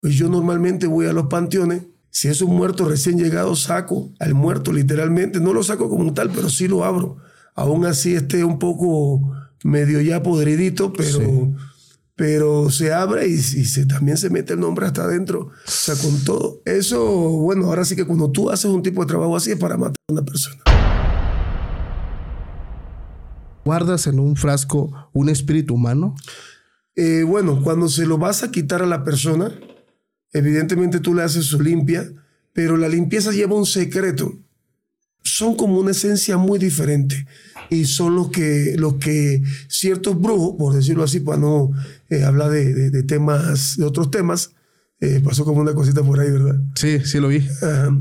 Pues yo normalmente voy a los panteones. Si es un muerto recién llegado, saco al muerto literalmente. No lo saco como tal, pero sí lo abro. Aún así esté un poco medio ya podridito, pero se abre y también se mete el nombre hasta adentro. O sea, con todo. Eso, bueno, ahora sí que cuando tú haces un tipo de trabajo así es para matar a una persona. ¿Guardas en un frasco un espíritu humano? Bueno, cuando se lo vas a quitar a la persona, evidentemente tú le haces su limpia, pero la limpieza lleva un secreto. Son como una esencia muy diferente y son los que ciertos brujos, por decirlo así, para no hablar de temas, de otros temas, pasó como una cosita por ahí, ¿verdad? Sí, sí lo vi.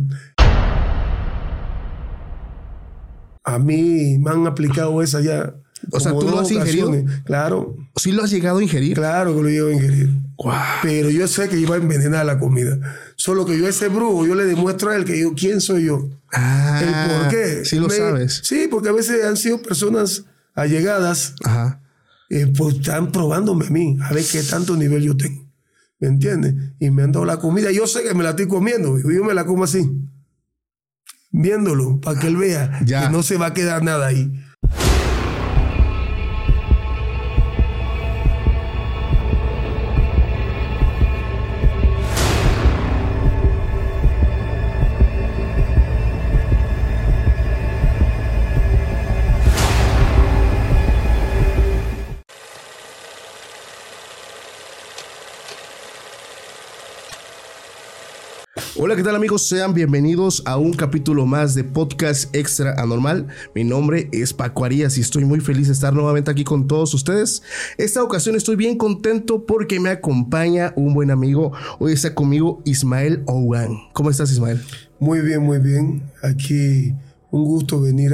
A mí me han aplicado esa ya. O sea, ¿tú lo has ingerido? Claro. ¿Sí lo has llegado a ingerir? Claro que lo llevo a ingerir. Wow. Pero yo sé que iba a envenenar la comida. Solo que yo a ese brujo, yo le demuestro a él que yo, ¿quién soy yo? ¿El por qué? Sí lo sabes. Sí, porque a veces han sido personas allegadas. Ajá. Pues están probándome a mí, a ver qué tanto nivel yo tengo. ¿Me entiendes? Y me han dado la comida. Yo sé que me la estoy comiendo. Yo me la como así. Viéndolo, para que él vea que no se va a quedar nada ahí. Hola, ¿qué tal amigos? Sean bienvenidos a un capítulo más de Podcast Extra Anormal. Mi nombre es Paco Arias y estoy muy feliz de estar nuevamente aquí con todos ustedes. Esta ocasión estoy bien contento porque me acompaña un buen amigo. Hoy está conmigo Ismael Ogan. ¿Cómo estás, Ismael? Muy bien, muy bien. Aquí un gusto venir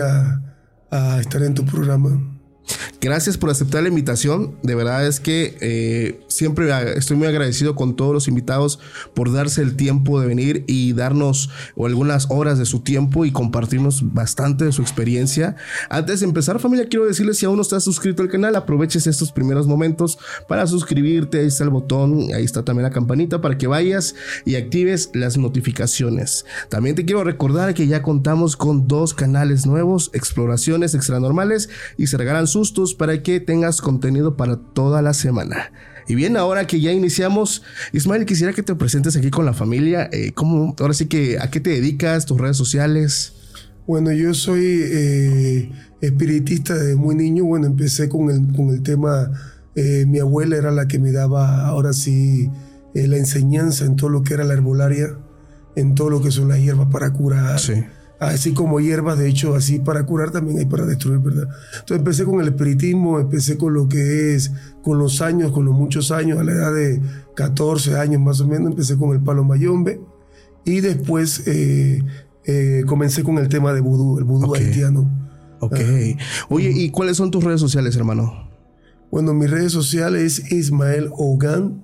a estar en tu programa. Gracias por aceptar la invitación. De verdad es que siempre estoy muy agradecido con todos los invitados por darse el tiempo de venir y darnos algunas horas de su tiempo y compartirnos bastante de su experiencia. Antes de empezar, familia, quiero decirles, si aún no estás suscrito al canal, aproveches estos primeros momentos para suscribirte. Ahí está el botón, ahí está también la campanita para que vayas y actives las notificaciones. También te quiero recordar que ya contamos con 2 canales nuevos, Exploraciones Extranormales y Se Regalan Sustos, para que tengas contenido para toda la semana. Y bien, ahora que ya iniciamos, Ismael, quisiera que te presentes aquí con la familia. Ahora sí que, ¿a qué te dedicas? ¿Tus redes sociales? Bueno, yo soy espiritista desde muy niño. Bueno, empecé con el tema. Mi abuela era la que me daba, ahora sí, la enseñanza en todo lo que era la herbolaria, en todo lo que son las hierbas para curar. Sí. Así como hierbas, de hecho, así para curar también hay para destruir, ¿verdad? Entonces empecé con el espiritismo, empecé con lo que es, con los años, con los muchos años, a la edad de 14 años más o menos, empecé con el palo mayombe y después comencé con el tema de vudú, el vudú haitiano. Ok. Oye, ¿y cuáles son tus redes sociales, hermano? Bueno, mis redes sociales es Ismael Ogan,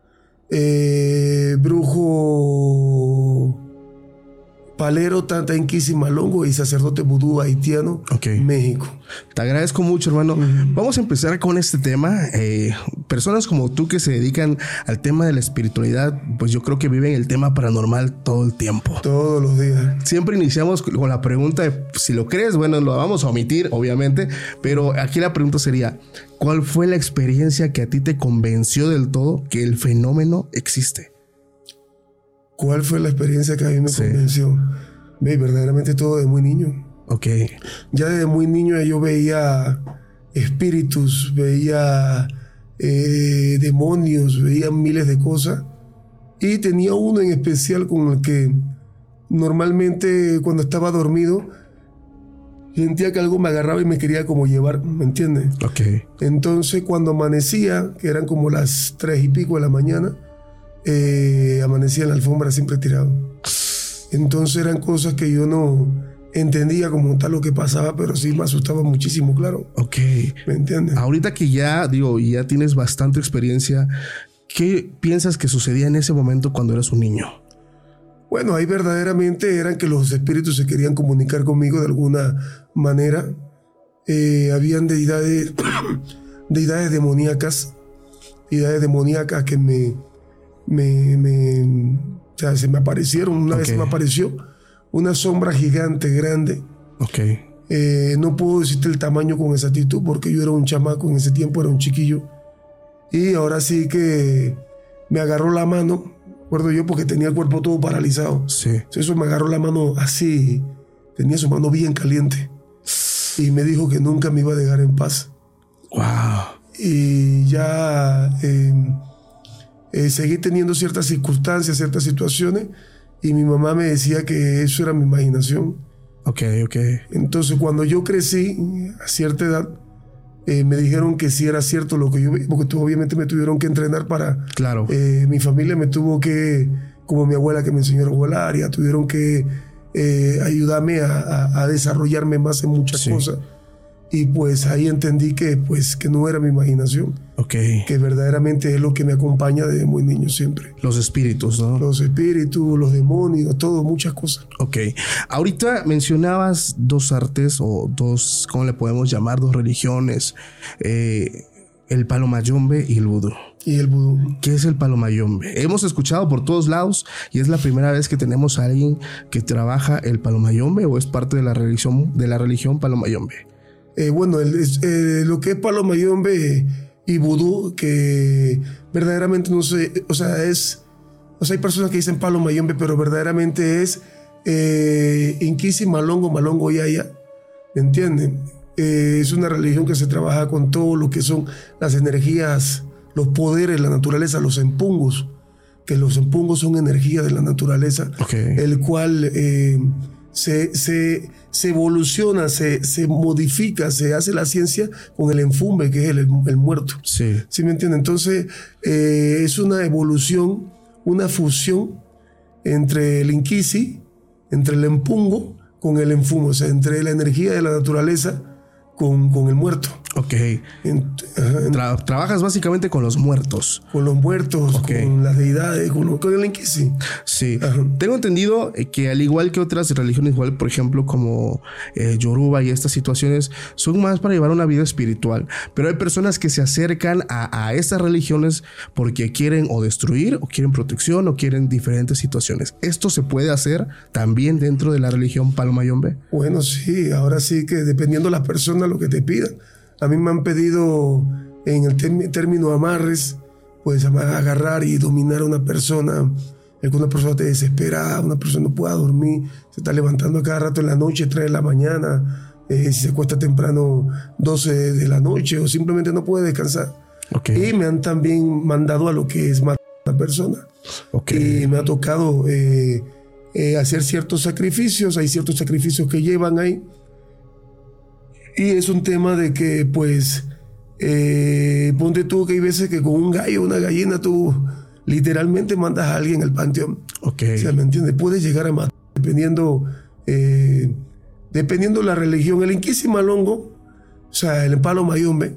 brujo palero, tanta Malongo y sacerdote vudú haitiano, México. Te agradezco mucho, hermano. Vamos a empezar con este tema. Personas como tú que se dedican al tema de la espiritualidad, pues yo creo que viven el tema paranormal todo el tiempo. Todos los días. Siempre iniciamos con la pregunta de si lo crees. Bueno, lo vamos a omitir, obviamente, pero aquí la pregunta sería, ¿cuál fue la experiencia que a ti te convenció del todo que el fenómeno existe? ¿Cuál fue la experiencia que a mí me convenció? Verdaderamente todo de muy niño. Ok. Ya desde muy niño yo veía espíritus, veía demonios, veía miles de cosas. Y tenía uno en especial con el que normalmente cuando estaba dormido sentía que algo me agarraba y me quería como llevar, ¿me entiendes? Ok. Entonces cuando amanecía, que eran como las 3 y pico de la mañana, amanecía en la alfombra siempre tirado. Entonces eran cosas que yo no entendía como tal lo que pasaba, pero sí me asustaba muchísimo, claro. Ok. ¿Me entiendes? Ahorita que ya tienes bastante experiencia, ¿qué piensas que sucedía en ese momento cuando eras un niño? Bueno, ahí verdaderamente eran que los espíritus se querían comunicar conmigo de alguna manera. Habían deidades demoníacas que o sea, se me aparecieron. Una vez se me apareció una sombra gigante, grande. No puedo decirte el tamaño con exactitud porque yo era un chamaco en ese tiempo, era un chiquillo. Y ahora sí que me agarró la mano, recuerdo yo, porque tenía el cuerpo todo paralizado. Eso me agarró la mano así, tenía su mano bien caliente. Y me dijo que nunca me iba a dejar en paz. Y ya seguí teniendo ciertas circunstancias, ciertas situaciones, y mi mamá me decía que eso era mi imaginación. Entonces, cuando yo crecí a cierta edad, me dijeron que sí era cierto lo que yo vi, porque obviamente me tuvieron que entrenar para... mi familia me tuvo que, como mi abuela que me enseñó a volar, ya tuvieron que ayudarme a desarrollarme más en muchas cosas. Y pues ahí entendí que no era mi imaginación. Que verdaderamente es lo que me acompaña desde muy niño siempre. Los espíritus, ¿no? Los espíritus, los demonios, todo, muchas cosas. Ahorita mencionabas dos artes o dos, ¿cómo le podemos llamar? Dos religiones. El palo mayombe y el vudú. ¿Qué es el palo mayombe? Hemos escuchado por todos lados y es la primera vez que tenemos a alguien que trabaja el palo mayombe, o es parte de la religión palo mayombe. Bueno, lo que es palo mayombe y vudú, que verdaderamente no sé, hay personas que dicen palo mayombe, pero verdaderamente es Inquisi, Malongo, Yaya, ¿me entienden? Es una religión que se trabaja con todo lo que son las energías, los poderes, la naturaleza, los empungos, que los empungos son energía de la naturaleza, el cual se evoluciona, se modifica, se hace la ciencia con el enfumbe, que es el muerto. ¿Sí me entienden? Entonces, es una evolución, una fusión entre el Inquisi, entre el empungo con el enfumo, o sea, entre la energía de la naturaleza con el muerto. Trabajas básicamente con los muertos. Con los muertos, con las deidades, con el Inquisi. Tengo entendido que al igual que otras religiones, igual por ejemplo como Yoruba y estas situaciones, son más para llevar una vida espiritual. Pero hay personas que se acercan a estas religiones porque quieren o destruir, o quieren protección, o quieren diferentes situaciones. ¿Esto se puede hacer también dentro de la religión palo mayombe? Bueno, sí. Ahora sí que dependiendo de las personas lo que te pidan. A mí me han pedido en el término amarres, pues agarrar y dominar a una persona. Una persona te desespera, una persona no pueda dormir, se está levantando a cada rato en la noche, 3 de la mañana, si se acuesta temprano 12 de la noche, o simplemente no puede descansar. Y me han también mandado a lo que es matar a una persona. Y me ha tocado hacer ciertos sacrificios, hay ciertos sacrificios que llevan ahí. Y es un tema de que, pues, ponte tú que hay veces que con un gallo, una gallina, tú literalmente mandas a alguien al panteón. O sea, ¿me entiendes? Puedes llegar a matar, dependiendo la religión. El Inquisi Malongo, o sea, el palo mayombe,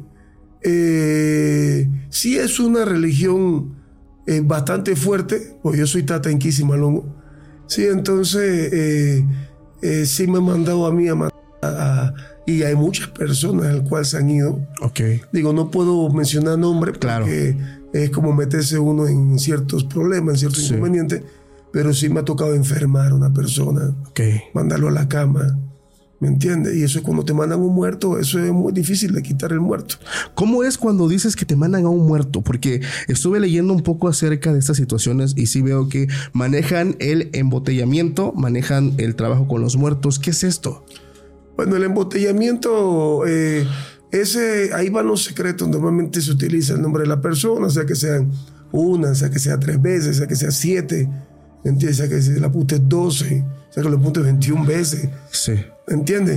sí es una religión bastante fuerte, porque yo soy Tata Inquisi Malongo. Sí, entonces, sí me han mandado a mí a matar y hay muchas personas al cual se han ido. Digo, no puedo mencionar nombres porque es como meterse uno en ciertos problemas, en ciertos inconvenientes, pero sí me ha tocado enfermar a una persona, mandarlo a la cama, ¿me entiendes? Y eso es cuando te mandan un muerto, eso es muy difícil de quitar el muerto. ¿Cómo es cuando dices que te mandan a un muerto? Porque estuve leyendo un poco acerca de estas situaciones y sí veo que manejan el embotellamiento, manejan el trabajo con los muertos. ¿Qué es esto? Bueno, el embotellamiento, ahí van los secretos. Normalmente se utiliza el nombre de la persona, sea que sean una, sea que sea 3 veces, sea que sea 7, ¿entiendes? Sea que se la apunte 12, sea que lo apunte 21 veces. ¿Entiendes?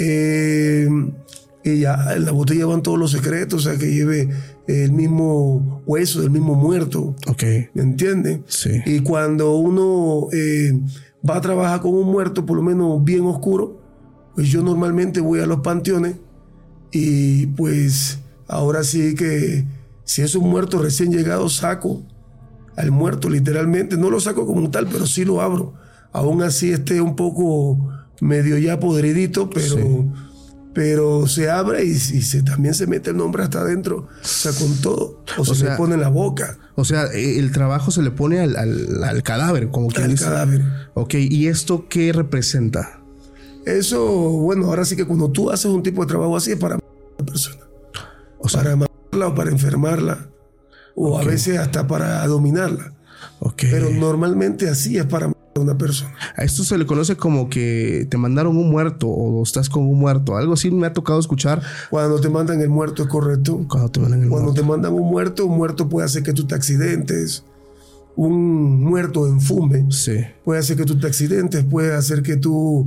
Y ya en la botella van todos los secretos, o sea, que lleve el mismo hueso del mismo muerto. ¿Me entiendes? Y cuando uno va a trabajar con un muerto, por lo menos bien oscuro, pues yo normalmente voy a los panteones y pues ahora sí que si es un muerto recién llegado, saco al muerto literalmente. No lo saco como tal, pero sí lo abro. Aún así esté un poco medio ya podridito, pero se abre y también se mete el nombre hasta adentro, o sea, con todo, o se le pone en la boca. O sea, el trabajo se le pone al cadáver, como quien dice. Al cadáver. Ok, ¿y esto qué representa? Eso, bueno, ahora sí que cuando tú haces un tipo de trabajo así es para matar a la persona. O sea, para matarla o para enfermarla, o a veces hasta para dominarla. Pero normalmente así es para matar a una persona. A esto se le conoce como que te mandaron un muerto o estás con un muerto. Algo así me ha tocado escuchar. Cuando te mandan el muerto, es correcto. Cuando te mandan un muerto puede hacer que tú te accidentes. Un muerto en fume puede hacer que tú te accidentes, puede hacer que tú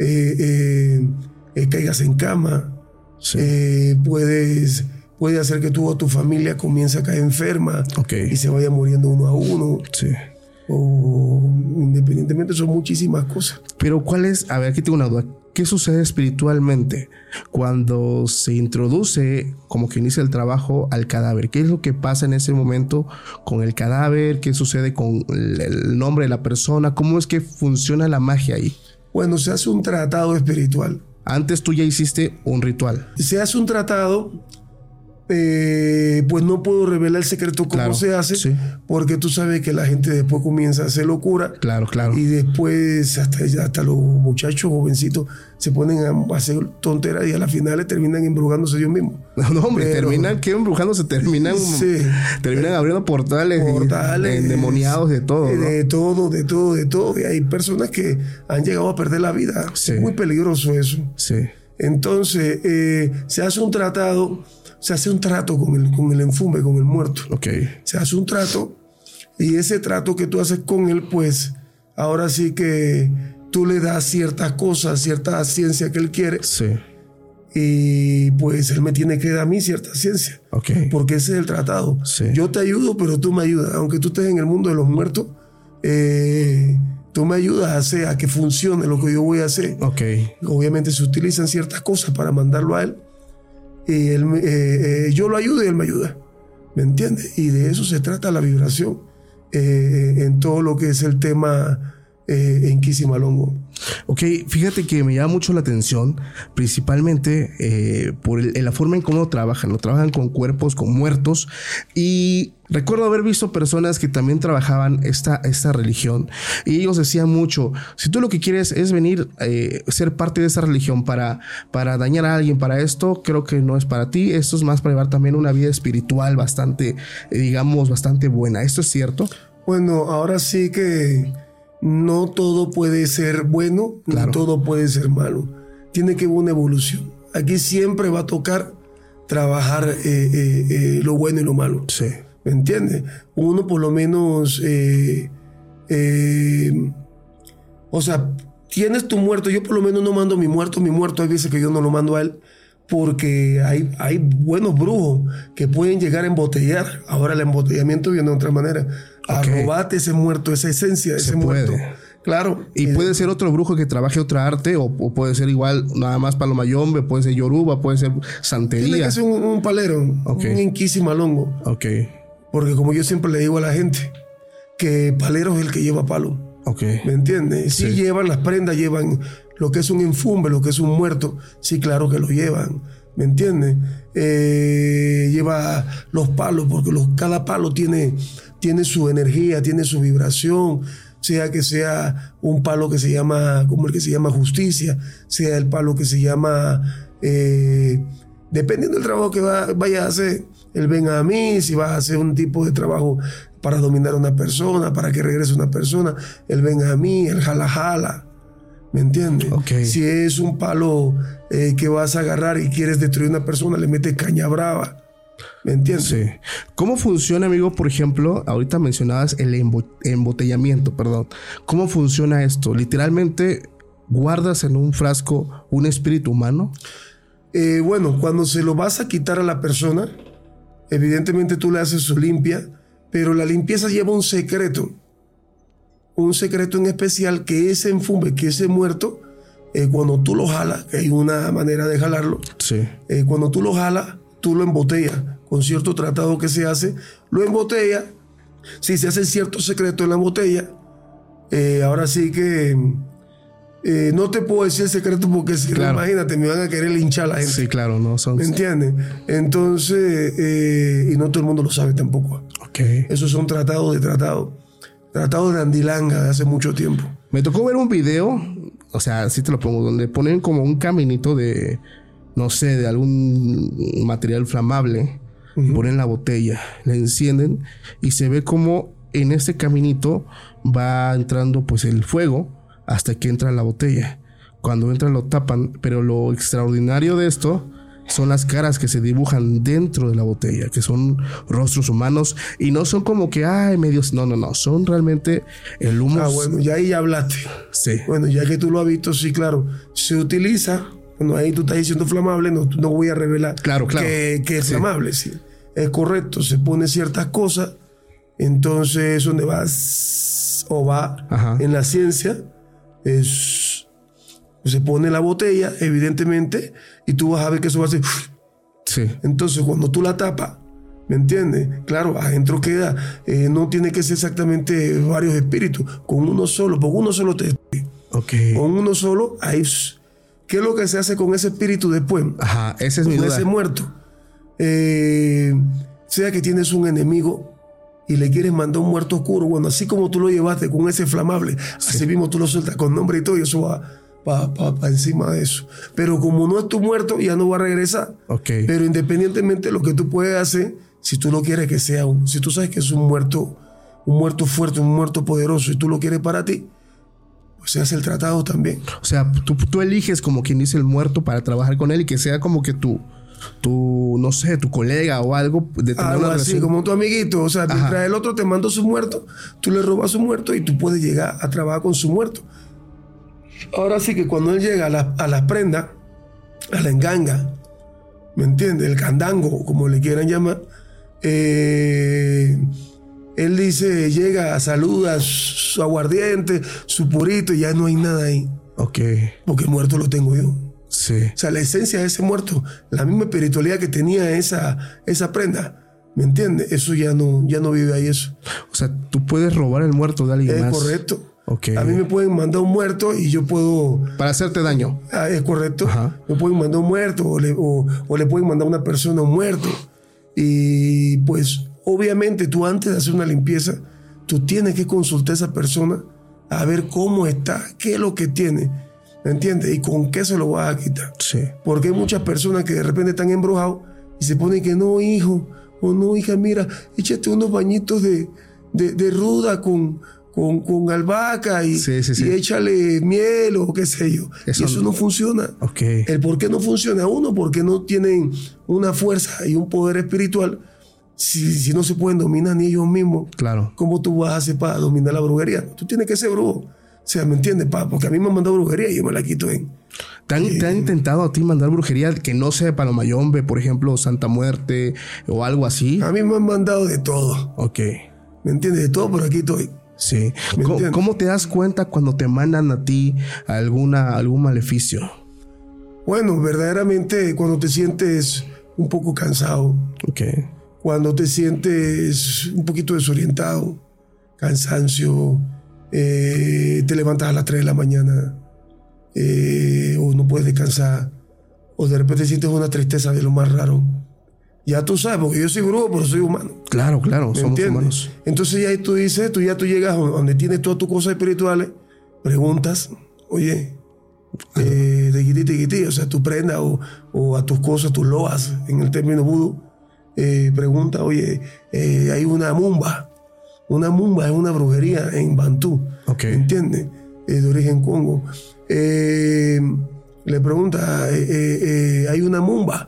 caigas en cama, puede hacer que tú o tu familia comience a caer enferma y se vaya muriendo uno a uno. O independientemente, son muchísimas cosas. Pero ¿cuál es? A ver, aquí tengo una duda. ¿Qué sucede espiritualmente cuando se introduce, como que inicia el trabajo, al cadáver? ¿Qué es lo que pasa en ese momento con el cadáver? ¿Qué sucede con el nombre de la persona? ¿Cómo es que funciona la magia ahí? Bueno, se hace un tratado espiritual. Antes tú ya hiciste un ritual. Se hace un tratado, pues no puedo revelar el secreto cómo se hace, porque tú sabes que la gente después comienza a hacer locura. Claro. Y después hasta los muchachos jovencitos se ponen a hacer tonteras y a las finales terminan embrujándose ellos mismos. No, hombre, terminan embrujándose, terminan abriendo portales endemoniados de todo, ¿no? De todo. Y hay personas que han llegado a perder la vida. Es muy peligroso eso. Entonces, se hace un tratado. Se hace un trato con el enfume, con el muerto. Se hace un trato, y ese trato que tú haces con él, pues ahora sí que tú le das ciertas cosas, cierta ciencia que él quiere. Y pues él me tiene que dar a mí cierta ciencia. Porque ese es el tratado. Yo te ayudo, pero tú me ayudas. Aunque tú estés en el mundo de los muertos, tú me ayudas a que funcione lo que yo voy a hacer. Obviamente se utilizan ciertas cosas para mandarlo a él. Y él, yo lo ayudo y él me ayuda, ¿me entiendes? Y de eso se trata la vibración en todo lo que es el tema en Quisimalongo. Fíjate que me llama mucho la atención, principalmente por la forma en cómo trabajan. ¿No? Trabajan con cuerpos, con muertos. Y recuerdo haber visto personas que también trabajaban esta religión. Y ellos decían mucho: si tú lo que quieres es venir, ser parte de esa religión para dañar a alguien, para esto, creo que no es para ti. Esto es más para llevar también una vida espiritual bastante, bastante buena. ¿Esto es cierto? Bueno, ahora sí que no todo puede ser bueno, ni todo puede ser malo. Tiene que haber una evolución. Aquí siempre va a tocar trabajar lo bueno y lo malo. ¿Me entiendes? Uno por lo menos, o sea, tienes tu muerto. Yo por lo menos no mando mi muerto. Hay veces que yo no lo mando a él, porque hay buenos brujos que pueden llegar a embotellar. Ahora el embotellamiento viene de otra manera. A robarte ese muerto, esa esencia de ese muerto. Claro. Y puede ser otro brujo que trabaje otra arte, o puede ser igual nada más Palomayombe, puede ser Yoruba, puede ser santería. Tiene que ser un palero, un Inquisimalongo. Porque como yo siempre le digo a la gente, que palero es el que lleva palo. ¿Me entiendes? Sí llevan las prendas, llevan lo que es un enfume, lo que es un muerto. Sí, claro que lo llevan. ¿Me entiendes? Lleva los palos, porque cada palo tiene su energía, tiene su vibración. Sea que sea un palo que se llama, como el que se llama justicia, sea el palo que se llama, dependiendo del trabajo que vaya a hacer, el ven a mí, si vas a hacer un tipo de trabajo para dominar a una persona, para que regrese una persona, el ven a mí, el jala jala. ¿Me entiendes? Si es un palo que vas a agarrar y quieres destruir a una persona, le metes caña brava. ¿Me entiendes? ¿Cómo funciona, amigo? Por ejemplo, ahorita mencionabas el embotellamiento, perdón. ¿Cómo funciona esto? ¿Literalmente guardas en un frasco un espíritu humano? Bueno, cuando se lo vas a quitar a la persona, evidentemente tú le haces su limpia, pero la limpieza lleva un secreto en especial, que ese enfume, que ese muerto, cuando tú lo jalas, que hay una manera de jalarlo, cuando tú lo jalas, tú lo embotellas con cierto tratado que se hace, lo embotella. Si se hace cierto secreto en la botella, ahora sí que No te puedo decir el secreto porque si no, imagínate, me van a querer linchar a la gente. Sí, claro, no son. ¿Me entiendes? Entonces, y no todo el mundo lo sabe tampoco. Okay. Esos son tratados de Andilanga de hace mucho tiempo. Me tocó ver un video, o sea, así te lo pongo, donde ponen como un caminito de, no sé, de algún material flamable. Ponen la botella, la encienden y se ve como en este caminito va entrando pues el fuego hasta que entra la botella. Cuando entra lo tapan, pero lo extraordinario de esto son las caras que se dibujan dentro de la botella, que son rostros humanos y no son como que, medios, no, son realmente el humo. Bueno, ya ahí ya hablaste. Sí. Bueno, ya que tú lo has visto, sí, claro, se utiliza, bueno, ahí tú estás diciendo flamable, no voy a revelar claro. que es flamable, sí. Es correcto, se pone ciertas cosas, entonces donde vas o va en la ciencia, se pone la botella, evidentemente, y tú vas a ver que eso va a ser... Sí. Entonces, cuando tú la tapas, ¿me entiendes? Claro, adentro queda, no tiene que ser exactamente varios espíritus, con uno solo, porque uno solo te... Okay. Con uno solo, ahí... ¿Qué es lo que se hace con ese espíritu después? Esa es mi duda. Con ese muerto. Sea que tienes un enemigo y le quieres mandar un muerto oscuro, bueno, así como tú lo llevaste con ese flamable, así mismo tú lo sueltas con nombre y todo, y eso va para encima de eso. Pero como no es tu muerto, ya no va a regresar. Okay. Pero independientemente de lo que tú puedes hacer, si tú lo quieres que sea si tú sabes que es un muerto fuerte, un muerto poderoso, y tú lo quieres para ti, pues se hace el tratado también. O sea, tú eliges como quien dice el muerto para trabajar con él y que sea como que tu no sé, tu colega o algo de tener algo una así, relación. como tu amiguito. O sea, mientras el otro te mandó su muerto, tú le robas su muerto y tú puedes llegar a trabajar con su muerto. Ahora sí que cuando él llega a las prendas, a la enganga, ¿me entiendes? El candango, como le quieran llamar, él dice, llega, saluda su aguardiente, su purito, y ya no hay nada ahí. Ok. Porque el muerto lo tengo yo. Sí. O sea, la esencia de ese muerto, la misma espiritualidad que tenía esa prenda, ¿me entiendes? Eso ya no vive ahí eso. O sea, tú puedes robar el muerto de alguien más. Es correcto. Okay. A mí me pueden mandar un muerto y yo puedo... Para hacerte daño. Es correcto. Me pueden mandar un muerto o le pueden mandar a una persona un muerto. Y pues, obviamente, tú antes de hacer una limpieza, tú tienes que consultar a esa persona a ver cómo está, qué es lo que tiene. ¿Me entiendes? Y con qué se lo vas a quitar. Sí. Porque hay muchas personas que de repente están embrujados y se ponen que no, hijo, o no, hija, mira, échate unos bañitos de ruda con albahaca y échale miel o qué sé yo. Y eso no funciona. Okay. El por qué no funciona, uno, porque no tienen una fuerza y un poder espiritual. Si no se pueden dominar ni ellos mismos, claro. ¿Cómo tú vas a hacer para dominar la brujería? Tú tienes que ser brujo. O sea, ¿me entiendes? Porque a mí me han mandado brujería y yo me la quito en... ¿Te han intentado a ti mandar brujería que no sea Palomayombe, por ejemplo, Santa Muerte o algo así? A mí me han mandado de todo. Ok. ¿Me entiendes? De todo, pero aquí estoy. Sí. ¿Cómo te das cuenta cuando te mandan a ti algún maleficio? Bueno, verdaderamente cuando te sientes un poco cansado. Ok. Cuando te sientes un poquito desorientado, cansancio, te levantas a las 3 de la mañana, o no puedes descansar, o de repente sientes una tristeza de lo más raro. Ya tú sabes, porque yo soy brujo, pero soy humano. Claro, somos humanos. Entonces ya tú dices, tú llegas donde tienes todas tus cosas espirituales, preguntas, oye, de guití, o sea, tu prenda o a tus cosas, tus loas, en el término vudú, pregunta, oye, hay una mumba. Una mumba es una brujería en Bantú, ¿entiendes? De origen Congo. Le pregunta, ¿hay una mumba?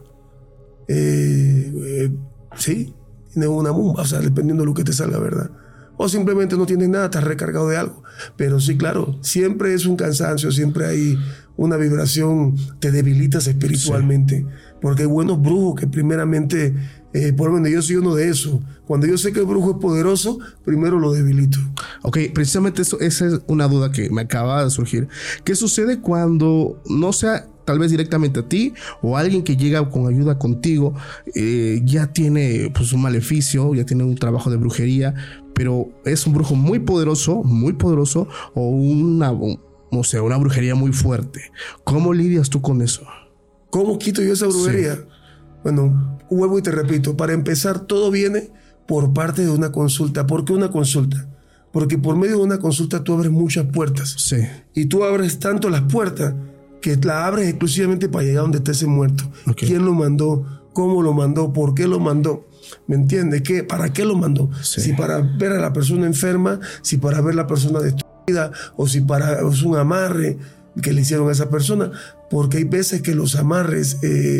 Sí, tienes una mumba, o sea, dependiendo de lo que te salga, ¿verdad? O simplemente no tienes nada, estás recargado de algo. Pero sí, claro, siempre es un cansancio, siempre hay una vibración, te debilitas espiritualmente. Sí. Porque hay buenos brujos que primeramente, por lo menos yo soy uno de esos. Cuando yo sé que el brujo es poderoso, primero lo debilito. Ok, precisamente esa es una duda que me acaba de surgir. ¿Qué sucede cuando no sea tal vez directamente a ti o alguien que llega con ayuda contigo, ya tiene pues un maleficio, ya tiene un trabajo de brujería, pero es un brujo muy poderoso o no sé, una brujería muy fuerte. ¿Cómo lidias tú con eso? ¿Cómo quito yo esa brujería? Sí. Bueno, vuelvo y te repito, para empezar, todo viene por parte de una consulta. ¿Por qué una consulta? Porque por medio de una consulta tú abres muchas puertas. Sí. Y tú abres tanto las puertas que la abres exclusivamente para llegar donde esté ese muerto. Okay. ¿Quién lo mandó? ¿Cómo lo mandó? ¿Por qué lo mandó? ¿Me entiendes? ¿Para qué lo mandó? Sí. Si para ver a la persona enferma, si para ver a la persona destruida, o si es un amarre que le hicieron a esa persona. Porque hay veces que los amarres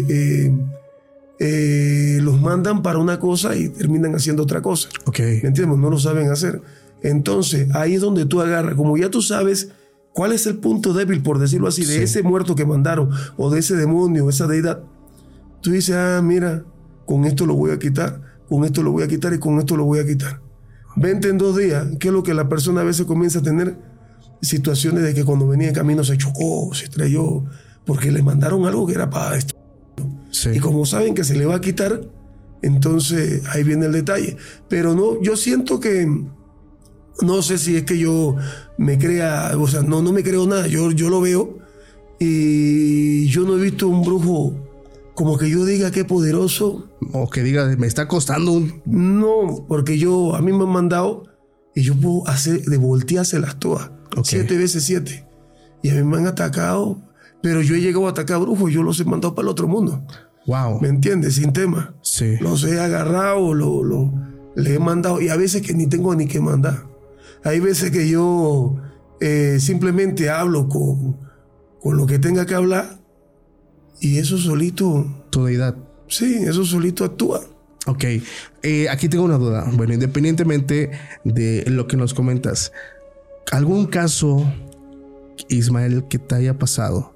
los mandan para una cosa y terminan haciendo otra cosa. Okay. ¿Me entiendes? No lo saben hacer. Entonces, ahí es donde tú agarras, como ya tú sabes cuál es el punto débil, por decirlo así, de ese muerto que mandaron, o de ese demonio, esa deidad. Tú dices, mira, con esto lo voy a quitar, con esto lo voy a quitar y con esto lo voy a quitar. 20 en 2 días, que es lo que la persona a veces comienza a tener situaciones de que cuando venía en camino se chocó, se estrelló, porque le mandaron algo que era para esto. Sí. Y como saben que se le va a quitar, entonces ahí viene el detalle. Pero no, yo siento que, no sé si es que yo me crea, o sea, no me creo nada, yo lo veo y yo no he visto un brujo como que yo diga qué poderoso. O que diga, me está costando un... No, porque a mí me han mandado y yo puedo hacer, de volteárselas todas. Okay. 7 veces 7. Y a mí me han atacado, pero yo he llegado a atacar brujos, yo los he mandado para el otro mundo. Wow. ¿Me entiendes? Sin tema. Sí. Los he agarrado, le he mandado, y a veces que ni tengo ni que mandar. Hay veces que yo simplemente hablo con lo que tenga que hablar y eso solito... Tu deidad. Sí, eso solito actúa. Ok. Aquí tengo una duda. Bueno, independientemente de lo que nos comentas, ¿algún caso, Ismael, que te haya pasado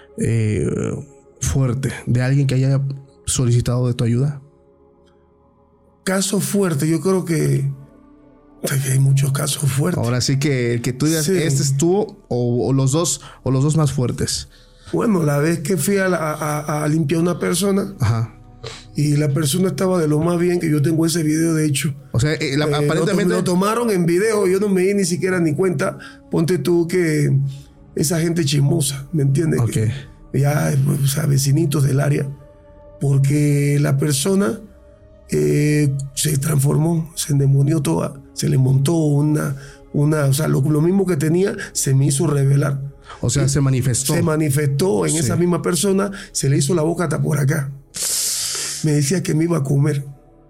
fuerte de alguien que haya solicitado de tu ayuda? Caso fuerte, yo creo que hay muchos casos fuertes. Ahora sí que el que tú digas, sí, este estuvo o los dos más fuertes. Bueno, la vez que fui a limpiar a una persona. Ajá. Y la persona estaba de lo más bien, que yo tengo ese video de hecho. O sea, aparentemente... Lo tomaron en video, yo no me di ni siquiera ni cuenta. Ponte tú que esa gente chismosa, ¿me entiendes? Ok. Ya, o sea, vecinitos del área. Porque la persona se transformó, se endemonió toda. Se le montó o sea, lo mismo que tenía se me hizo revelar. O sea, se manifestó. Se manifestó en esa misma persona, se le hizo la boca hasta por acá. Me decía que me iba a comer.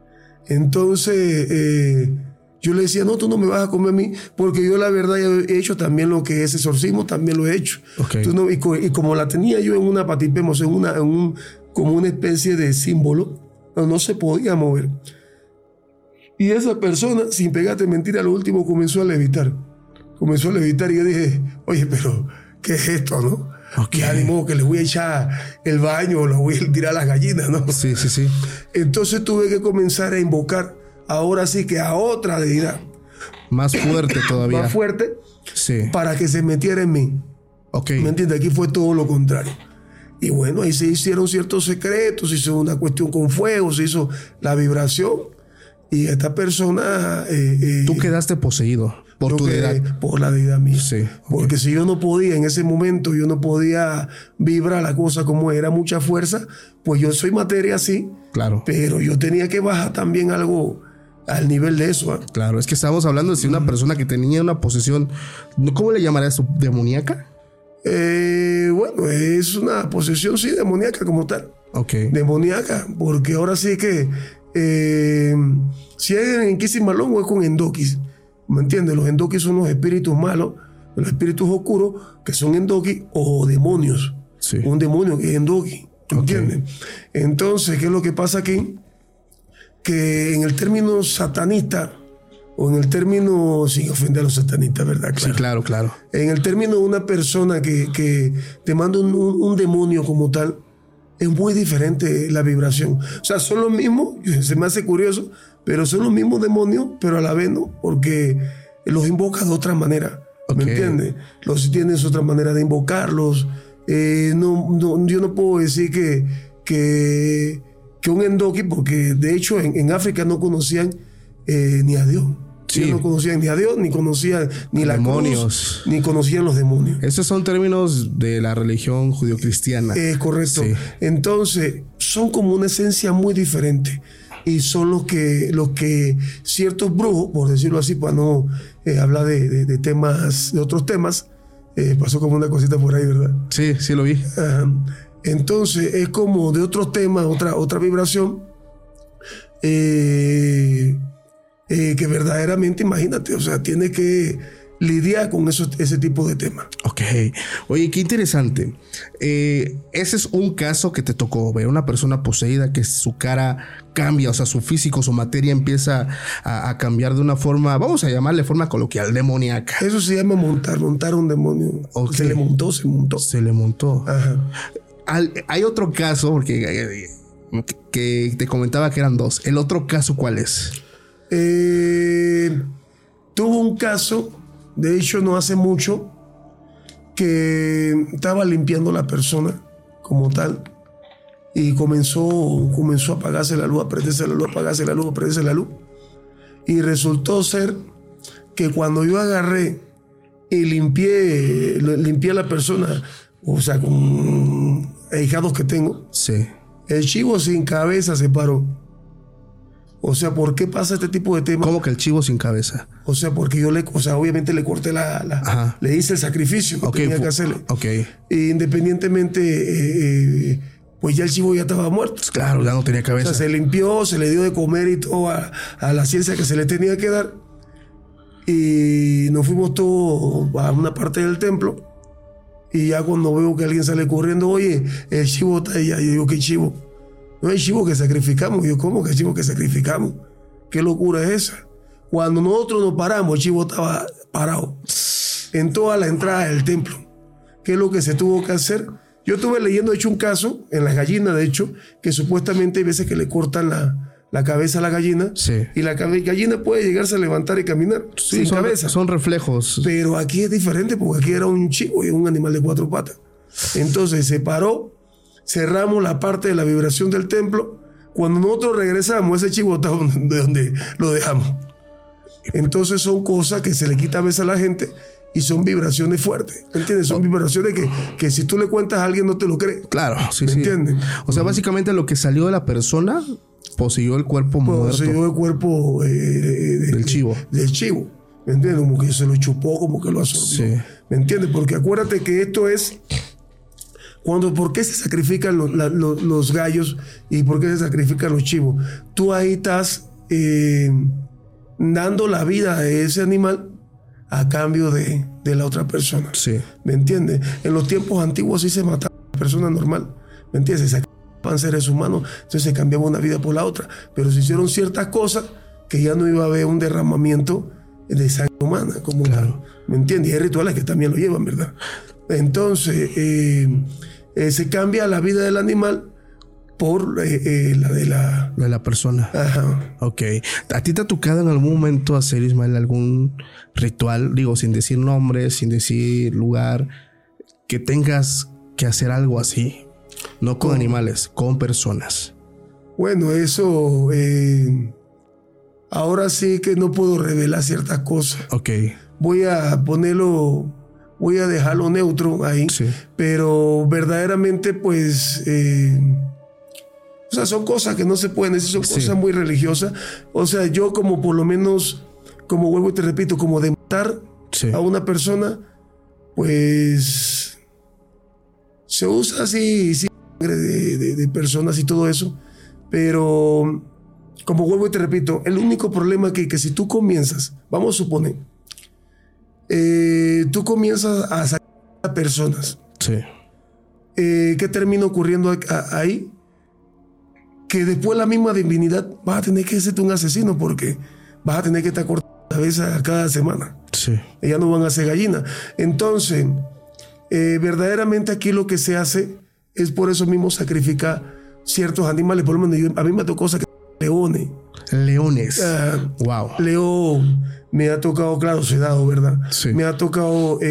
Entonces yo le decía, no, tú no me vas a comer a mí, porque yo la verdad he hecho también lo que es exorcismo, también lo he hecho. Okay. Y como la tenía yo en una patipemos, como una especie de símbolo, no se podía mover. Y esa persona, sin pegarte mentira, lo último comenzó a levitar. Y yo dije, oye, pero ¿qué es esto, no? Okay. Ya ni modo que le voy a echar el baño o le voy a tirar a las gallinas, ¿no? Sí. Entonces tuve que comenzar a invocar, ahora sí que a otra deidad. Más fuerte todavía. Más fuerte. Sí. Para que se metiera en mí. Ok. ¿Me entiendes? Aquí fue todo lo contrario. Y bueno, ahí se hicieron ciertos secretos, se hizo una cuestión con fuego, se hizo la vibración. Y esta persona... Tú quedaste poseído por tu deidad. Por la deidad mía. Sí. Okay. Porque si yo no podía, en ese momento, yo no podía vibrar la cosa como era, mucha fuerza, pues yo soy materia, sí. Claro. Pero yo tenía que bajar también algo al nivel de eso. ¿Eh? Claro, es que estamos hablando de una persona que tenía una posesión, ¿cómo le llamarías tú? ¿Demoníaca? Bueno, es una posesión, sí, demoníaca como tal. Ok. Demoníaca, porque ahora sí que si es en Kisimalón o es con Endoquis, ¿me entiendes? Los Endoquis son los espíritus malos, los espíritus oscuros que son Endoquis o demonios. Sí. Un demonio que es Endoquis, ¿me entiendes? Entonces, ¿qué es lo que pasa aquí? Que en el término satanista, o en el término, sin ofender a los satanistas, ¿verdad? Claro. Sí, claro. En el término de una persona que te manda un demonio como tal, es muy diferente la vibración. O sea, son los mismos, se me hace curioso, pero son los mismos demonios, pero a la vez no, porque los invoca de otra manera. ¿Me entiendes? Tienes otra manera de invocarlos. Yo no puedo decir que un Endoki, porque de hecho en África no conocían ni a Dios. Sí. Ellos no conocían ni a Dios, ni conocían ni la demonios, cruz, ni conocían los demonios. Esos son términos de la religión judio-cristiana. Correcto. Sí. Entonces, son como una esencia muy diferente. Y son los que ciertos brujos, por decirlo así, para no hablar de temas, de otros temas, pasó como una cosita por ahí, ¿verdad? Sí, sí lo vi. Entonces, es como de otros temas, otra vibración, que verdaderamente, imagínate, o sea, tiene que lidiar con ese tipo de temas. Ok. Oye, qué interesante. Ese es un caso que te tocó ver, una persona poseída que su cara cambia, o sea, su físico, su materia empieza a cambiar de una forma, vamos a llamarle forma coloquial, demoníaca. Eso se llama montar un demonio. Okay. Se le montó. Se le montó. Ajá. Hay otro caso, porque que te comentaba que eran dos. ¿El otro caso cuál es? Tuvo un caso, de hecho no hace mucho, que estaba limpiando la persona como tal y comenzó a apagarse la luz, a prenderse la luz, a apagarse la luz, a prenderse la luz. Y resultó ser que cuando yo agarré y limpié a la persona, o sea, con ahijados que tengo, sí, el chivo sin cabeza se paró. O sea, ¿por qué pasa este tipo de temas? ¿Cómo que el chivo sin cabeza? O sea, porque yo obviamente le corté le hice el sacrificio que tenía que hacerle. Ok. E independientemente, pues ya el chivo ya estaba muerto. Claro, ya no tenía cabeza. O sea, se limpió, se le dio de comer y todo a la ciencia que se le tenía que dar. Y nos fuimos todos a una parte del templo. Y ya cuando veo que alguien sale corriendo, oye, el chivo está allá. Yo digo, ¿qué chivo? No hay chivo que sacrificamos. Yo, ¿cómo que chivo que sacrificamos? ¿Qué locura es esa? Cuando nosotros nos paramos, el chivo estaba parado en toda la entrada del templo. ¿Qué es lo que se tuvo que hacer? Yo estuve leyendo, de hecho, un caso en las gallinas, de hecho, que supuestamente hay veces que le cortan la cabeza a la gallina. Sí. Y la gallina puede llegarse a levantar y caminar sin cabeza. Son reflejos. Pero aquí es diferente porque aquí era un chivo y un animal de 4 patas. Entonces se paró, cerramos la parte de la vibración del templo. Cuando nosotros regresamos, ese chivo está de donde lo dejamos. Entonces son cosas que se le quita a veces a la gente y son vibraciones fuertes. ¿Entiendes? Son vibraciones que si tú le cuentas a alguien no te lo cree. Claro, sí, ¿Me sí. entiendes? O sea, básicamente lo que salió de la persona poseyó el cuerpo muerto. Poseyó el cuerpo del chivo. Del chivo. ¿Me entiendes? Como que se lo chupó, como que lo absorbió. Sí. ¿Me entiendes? Porque acuérdate que esto es... ¿Por qué se sacrifican los gallos y por qué se sacrifican los chivos? Tú ahí estás dando la vida a ese animal a cambio de la otra persona. Sí. ¿Me entiendes? En los tiempos antiguos sí se mataba a la persona normal. ¿Me entiendes? Se sacrificaban seres humanos, entonces se cambiaba una vida por la otra. Pero se hicieron ciertas cosas que ya no iba a haber un derramamiento de sangre humana. Como claro. ¿Me entiendes? Y hay rituales que también lo llevan, ¿verdad? Entonces... se cambia la vida del animal por la de la persona. Ajá. Ok. ¿A ti te ha tocado en algún momento hacer, Ismael, algún ritual? Digo, sin decir nombre, sin decir lugar, que tengas que hacer algo así. No con animales, con personas. Bueno, eso... ahora sí que no puedo revelar ciertas cosas. Ok. Voy a dejarlo neutro ahí, sí. Pero verdaderamente, pues, o sea, son cosas que no se pueden decir, son cosas muy religiosas. O sea, yo como por lo menos, como vuelvo y te repito, como de matar a una persona, pues, se usa así sangre de personas y todo eso, pero, como vuelvo y te repito, el único problema que si tú comienzas, vamos a suponer, tú comienzas a sacar a personas. Sí. ¿Qué termina ocurriendo ahí? Que después la misma divinidad vas a tener que ser un asesino porque vas a tener que estar cortando la cabeza cada semana. Sí. Ellas no van a ser gallinas. Entonces, verdaderamente aquí lo que se hace es por eso mismo sacrificar ciertos animales. Por lo menos a mí me tocó sacrificar leones. Leones. Wow. León. Me ha tocado, claro, sedado, ¿verdad? Sí. Me ha tocado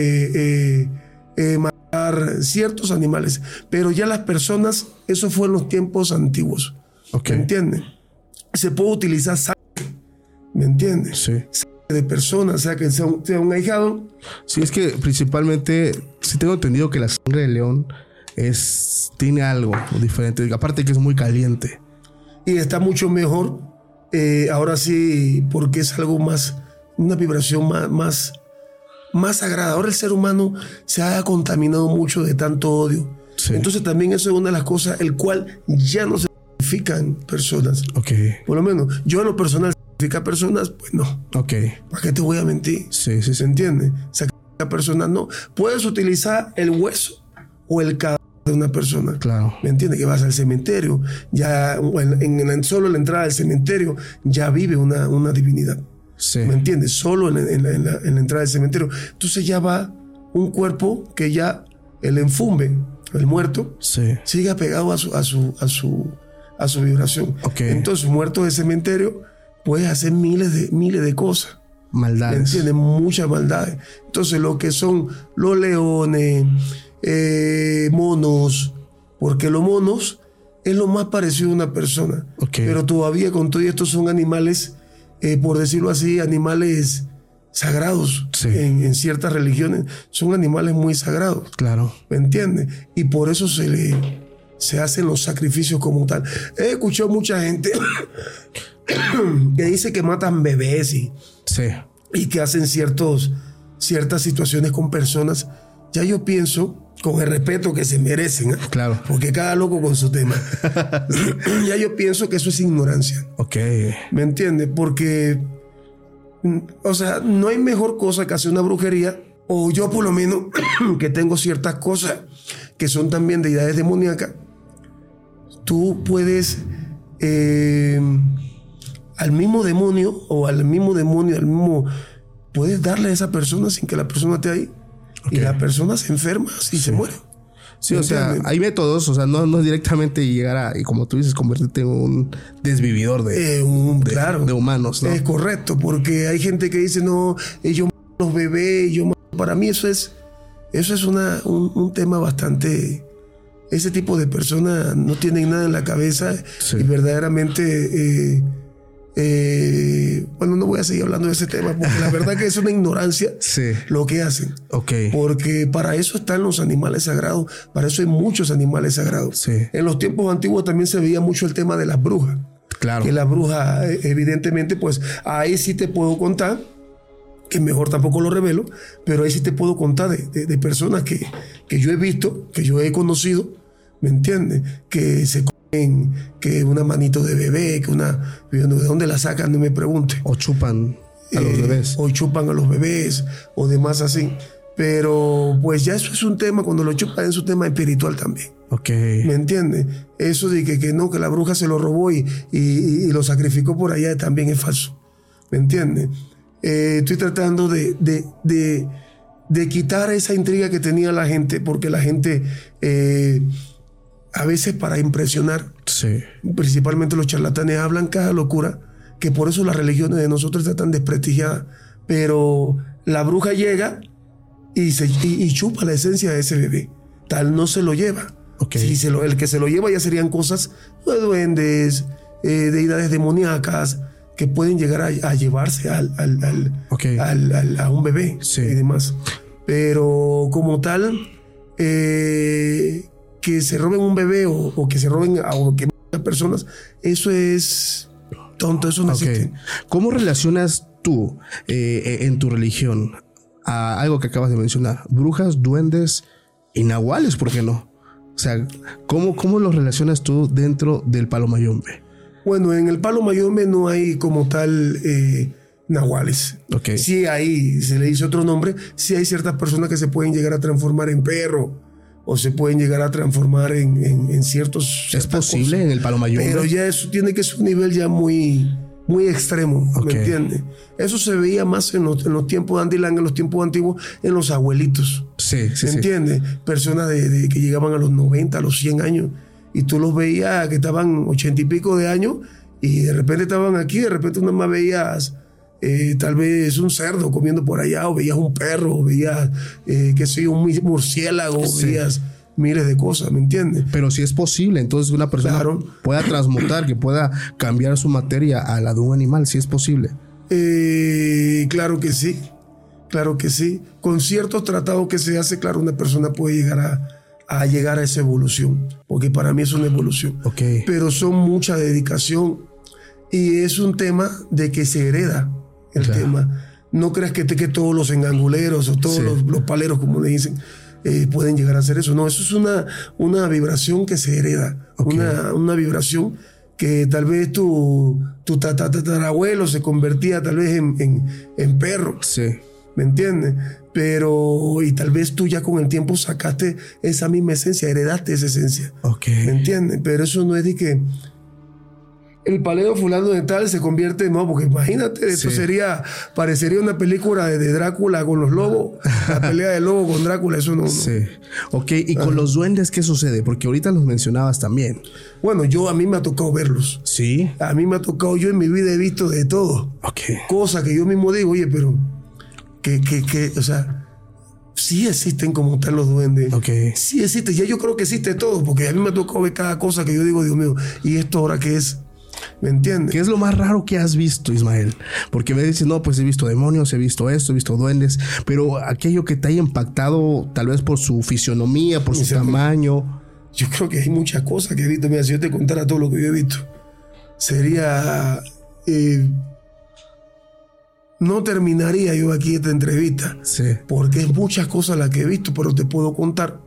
matar ciertos animales. Pero ya las personas, eso fue en los tiempos antiguos. Okay. ¿Me entiendes? Se puede utilizar sangre. ¿Me entiendes? Sí. de personas, o sea, que sea un ahijado. Sí, es que principalmente, sí tengo entendido que la sangre de león tiene algo diferente, aparte que es muy caliente. Y está mucho mejor, ahora sí, porque es algo más, una vibración más sagrada. Ahora el ser humano se ha contaminado mucho de tanto odio. Sí. Entonces también eso es una de las cosas, el cual ya no se sacrifican personas. Ok. Por lo menos, yo en lo personal, sacrificar personas, pues no. Ok. ¿Para qué te voy a mentir? Sí. ¿Se entiende? Sacrificar personas no. Puedes utilizar el hueso o el cadáver de una persona. Claro. ¿Me entiendes? Que vas al cementerio, ya solo la entrada del cementerio ya vive una divinidad. Sí. ¿Me entiendes? Solo en la entrada del cementerio. Entonces ya va un cuerpo que ya el enfumbe, el muerto, Sí. sigue apegado a su vibración. Ok. Entonces, muerto de cementerio, puedes hacer miles de cosas. Maldades. ¿Me entiendes? Muchas maldades. Entonces, lo que son los leones, monos, porque los monos es lo más parecido a una persona. Ok. Pero todavía con todo esto son animales, por decirlo así, animales sagrados. Sí. En ciertas religiones son animales muy sagrados. Claro. ¿Me entiendes? Y por eso se hacen los sacrificios como tal. He escuchado mucha gente que dice que matan bebés Sí. y que hacen ciertas situaciones con personas. Ya yo pienso, con el respeto que se merecen, Claro. porque cada loco con su tema. Ya yo pienso que eso es ignorancia. Ok. ¿Me entiendes? Porque, o sea, no hay mejor cosa que hacer una brujería, o yo por lo menos, que tengo ciertas cosas que son también deidades demoníacas. Tú puedes, al mismo demonio, puedes darle a esa persona sin que la persona esté ahí. Okay. Y la persona se enferma y se muere. Sí, o sea, hay métodos, o sea, no es directamente llegar a, y como tú dices, convertirte en un desvividor de humanos, ¿no? Es correcto, porque hay gente que dice, no, yo los bebés, para mí eso es un tema bastante... Ese tipo de personas no tienen nada en la cabeza. Sí. Y verdaderamente... bueno, no voy a seguir hablando de ese tema porque la verdad que es una ignorancia sí. lo que hacen. Okay. Porque para eso están los animales sagrados, para eso hay muchos animales sagrados. Sí. En los tiempos antiguos también se veía mucho el tema de las brujas. Claro. Que las brujas, evidentemente, pues ahí sí te puedo contar, que mejor tampoco lo revelo, pero ahí sí te puedo contar de personas que yo he visto, que yo he conocido, ¿me entiendes? Que se que una manito de bebé, ¿de dónde la sacan? No me pregunte. O chupan a los bebés. O chupan a los bebés, o demás así. Pero pues ya eso es un tema, cuando lo chupan es un tema espiritual también. Ok. ¿Me entiendes? Eso de que no, que la bruja se lo robó y lo sacrificó por allá también es falso. ¿Me entiendes? Estoy tratando de quitar esa intriga que tenía la gente, porque la gente... a veces para impresionar, sí. Principalmente los charlatanes hablan cada locura, que por eso las religiones de nosotros están tan desprestigiadas. Pero la bruja llega y chupa la esencia de ese bebé. Tal no se lo lleva. Okay. Si el que se lo lleva ya serían cosas de duendes, deidades demoníacas, que pueden llegar a llevarse a un bebé, sí. Y demás. Pero como tal... que se roben un bebé o que se roben o que maten personas, eso es tonto, eso no existe. ¿Cómo relacionas tú en tu religión a algo que acabas de mencionar? Brujas, duendes y nahuales, ¿por qué no? O sea, ¿cómo los relacionas tú dentro del Palo Mayombe? Bueno, en el Palo Mayombe no hay como tal nahuales. Okay. Sí hay, se le dice otro nombre, sí hay ciertas personas que se pueden llegar a transformar en perro, o se pueden llegar a transformar en ciertos... ¿Es posible cosas en el Palo Mayombe? Pero ya eso tiene que ser un nivel ya muy extremo, ¿me entiendes? Eso se veía más en los tiempos de Andy Lang, en los tiempos antiguos, en los abuelitos. Sí. ¿Me entiendes? Personas que llegaban a los 90, a los 100 años, y tú los veías que estaban 80 y pico de años, y de repente estaban aquí, de repente nada más veías... tal vez un cerdo comiendo por allá, o veías un perro, o veías un murciélago, sí. Veías miles de cosas, ¿me entiendes? Pero si es posible, entonces una persona pueda transmutar, que pueda cambiar su materia a la de un animal, si es posible. Claro que sí. Claro que sí. Con ciertos tratados que se hace, claro, una persona puede llegar a llegar a esa evolución. Porque para mí es una evolución. Okay. Pero son mucha dedicación. Y es un tema de que se hereda el tema. No creas que todos los enganguleros o todos los paleros, como le dicen, pueden llegar a hacer eso. No, eso es una vibración que se hereda. Okay. Una vibración que tal vez tu tatarabuelo se convertía tal vez en perro. Sí. ¿Me entiendes? Pero, y tal vez tú ya con el tiempo sacaste esa misma esencia, heredaste esa esencia. Okay. ¿Me entiendes? Pero eso no es de que el palero fulano de tal se convierte, no, porque imagínate, esto parecería una película de Drácula con los lobos, la pelea del lobo con Drácula, eso no. Sí. Ok, y con los duendes, ¿qué sucede? Porque ahorita los mencionabas también. Bueno, a mí me ha tocado verlos. Sí. A mí me ha tocado, yo en mi vida he visto de todo. Ok. Cosas que yo mismo digo, oye, pero o sea, sí existen como tal los duendes. Okay. Sí existe, ya yo creo que existe todo, porque a mí me ha tocado ver cada cosa que yo digo, Dios mío, ¿y esto ahora qué es? ¿Me entiendes? ¿Qué es lo más raro que has visto, Ismael? Porque me dices, no, pues he visto demonios, he visto esto, he visto duendes, pero aquello que te haya impactado, tal vez por su fisionomía, por su tamaño. Yo creo que hay muchas cosas que he visto. Mira, si yo te contara todo lo que yo he visto, sería... no terminaría yo aquí esta entrevista. Sí. Porque es muchas cosas las que he visto, pero te puedo contar.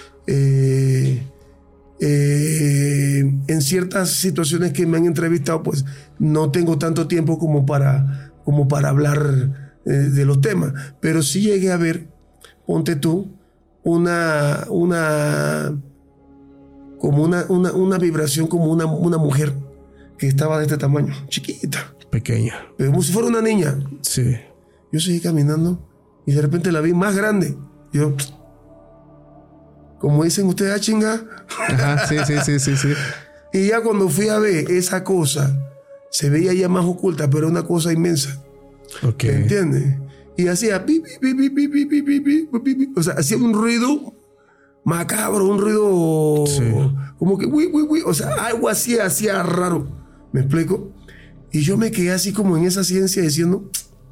En ciertas situaciones que me han entrevistado, pues no tengo tanto tiempo como para hablar de los temas, pero sí llegué a ver, ponte tú, una vibración como una mujer que estaba de este tamaño, chiquita, pequeña, pero como si fuera una niña. Sí. Yo seguí caminando y de repente la vi más grande. Yo, como dicen ustedes, chinga. Ajá, sí. Y ya cuando fui a ver esa cosa, se veía ya más oculta, pero era una cosa inmensa. Okay. ¿Me entiendes? Y hacía pi, pi, pi, pi, pi, pi, pi, pi, pi, pi. O sea, hacía un ruido macabro, un ruido como que o sea, algo así hacía raro. ¿Me explico? Y yo me quedé así como en esa ciencia diciendo,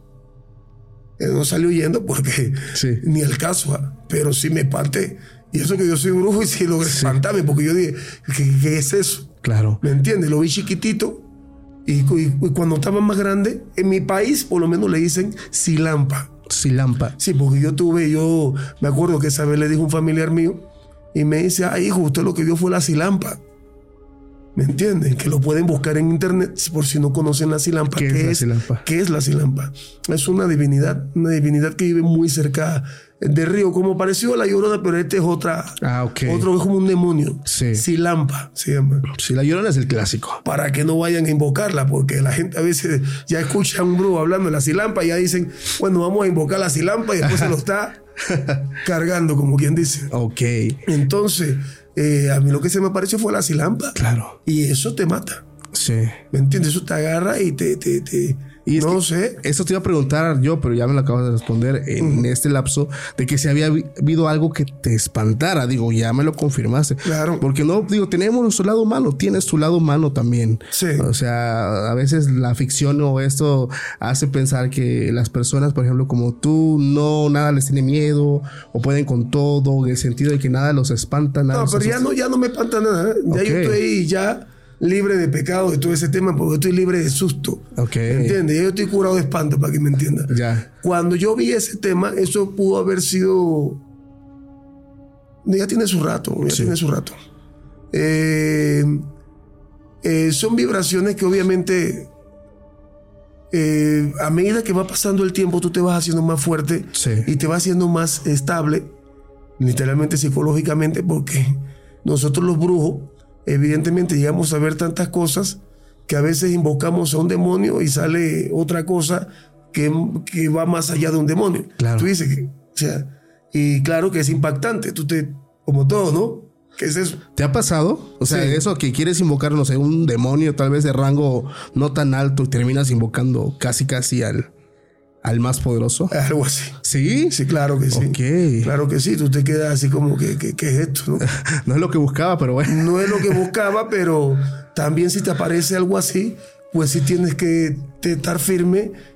no salió huyendo porque ni el caso, pero sí me espanté. Y eso que yo soy brujo y sí logré espantarme, porque yo dije, ¿qué es eso? Claro. ¿Me entiendes? Lo vi chiquitito y cuando estaba más grande, en mi país por lo menos le dicen silampa. Silampa. Sí, porque yo me acuerdo que esa vez le dijo un familiar mío y me dice, hijo, usted lo que vio fue la silampa. ¿Me entienden? Que lo pueden buscar en internet por si no conocen la silampa. ¿Qué es la silampa? ¿Qué es la silampa? Es una divinidad que vive muy cerca de río, como parecido a la Llorona, pero este es otra. Okay. Otro es como un demonio. Sí. Silampa se llama. Sí, la Llorona es el clásico. Para que no vayan a invocarla, porque la gente a veces ya escucha a un brujo hablando de la silampa y ya dicen, bueno, vamos a invocar la silampa y después se lo está cargando, como quien dice. Ok. Entonces, a mí lo que se me apareció fue la silampa. Claro. Y eso te mata. Sí. ¿Me entiendes? Eso te agarra y y no sé. Eso te iba a preguntar yo, pero ya me lo acabas de responder en este lapso, de que si había habido algo que te espantara. Digo, ya me lo confirmaste. Claro. Porque no, digo, tenemos nuestro lado humano, tienes tu lado humano también. Sí. O sea, a veces la ficción o esto hace pensar que las personas, por ejemplo, como tú, nada les tiene miedo o pueden con todo, en el sentido de que nada los espanta, nada. No, pero ya no me espanta nada. Ya yo estoy ya libre de pecado de todo ese tema, porque estoy libre de susto. ¿Entiendes? Yo estoy curado de espanto, para que me entiendan. Ya. Cuando yo vi ese tema, eso pudo haber sido... Ya tiene su rato. Son vibraciones que obviamente a medida que va pasando el tiempo tú te vas haciendo más fuerte y te vas haciendo más estable, literalmente psicológicamente, porque nosotros los brujos evidentemente llegamos a ver tantas cosas que a veces invocamos a un demonio y sale otra cosa que va más allá de un demonio. Claro. Tú dices que, o sea, y claro que es impactante. Como todo, ¿no? ¿Qué es eso? ¿Te ha pasado? O sea, eso que quieres invocar, no sé, un demonio tal vez de rango no tan alto y terminas invocando casi al más poderoso. Algo así. ¿Sí? Sí, claro que sí. Ok. Claro que sí. Tú te quedas así como que ¿qué es esto? ¿No? No es lo que buscaba, pero bueno. No es lo que buscaba, pero también si te aparece algo así, pues sí tienes que estar firme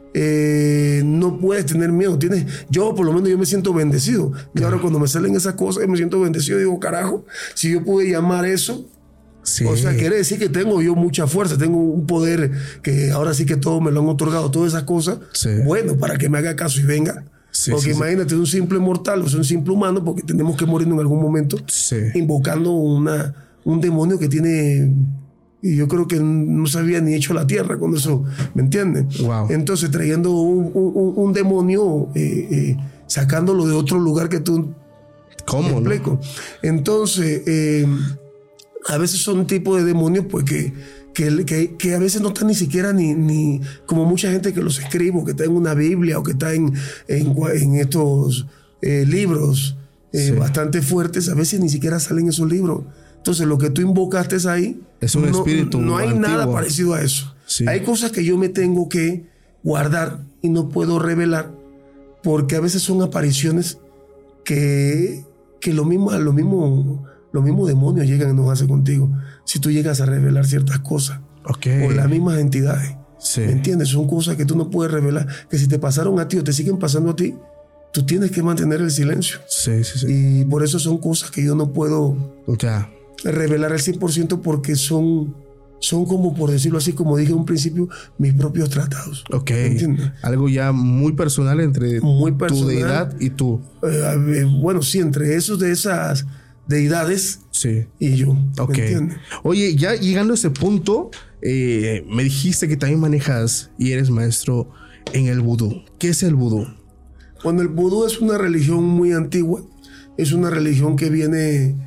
no puedes tener miedo. Yo por lo menos yo me siento bendecido. Y ahora cuando me salen esas cosas, yo me siento bendecido. Digo, carajo, si yo pude llamar eso, Sí. o sea, quiere decir que tengo yo mucha fuerza, tengo un poder que ahora sí que todos me lo han otorgado, todas esas cosas. Sí. Bueno, para que me haga caso y venga. Sí, porque sí, imagínate, un simple mortal, o sea, un simple humano, porque tenemos que morir en algún momento, Sí. invocando un demonio que tiene... Y yo creo que no se había ni hecho la tierra con eso, ¿me entiendes? Wow. Entonces, trayendo un demonio, sacándolo de otro lugar que tú... ¿Cómo? ¿Me ¿no? explico? Entonces, a veces son tipos de demonios pues que a veces no están ni siquiera ni como mucha gente que los escribe, o que está en una Biblia, o que está en estos libros Sí. bastante fuertes, a veces ni siquiera salen esos libros. Entonces, lo que tú invocaste ahí, Es un espíritu no hay antiguo. nada parecido a eso. Sí. Hay cosas que yo me tengo que guardar y no puedo revelar, porque a veces son apariciones que los mismos demonios llegan y nos hacen contigo. Si tú llegas a revelar ciertas cosas, Ok. o las mismas entidades, Sí. ¿me entiendes? Son cosas que tú no puedes revelar, que si te pasaron a ti o te siguen pasando a ti, tú tienes que mantener el silencio. Sí, sí, sí. Y por eso son cosas que yo no puedo Ya. revelar al 100%, porque son como, por decirlo así, como dije en un principio, mis propios tratados. Ok. ¿Me entiendes? Algo ya muy personal entre Muy tu personal. deidad y tú. Bueno, sí, entre esos de esas deidades Sí. y yo. Ok. ¿Me entiendes? Oye, ya llegando a ese punto, me dijiste que también manejas y eres maestro en el vudú. ¿Qué es el vudú? Bueno, el vudú es una religión muy antigua. Es una religión que viene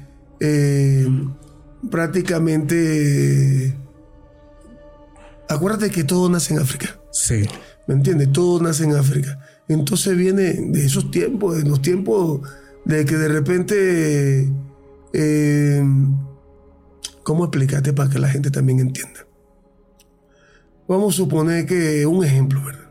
prácticamente... Acuérdate que todo nace en África. Sí. ¿Me entiendes? Todo nace en África. Entonces viene de esos tiempos, de los tiempos de que de repente... ¿cómo explicarte para que la gente también entienda? Vamos a suponer que un ejemplo, ¿verdad?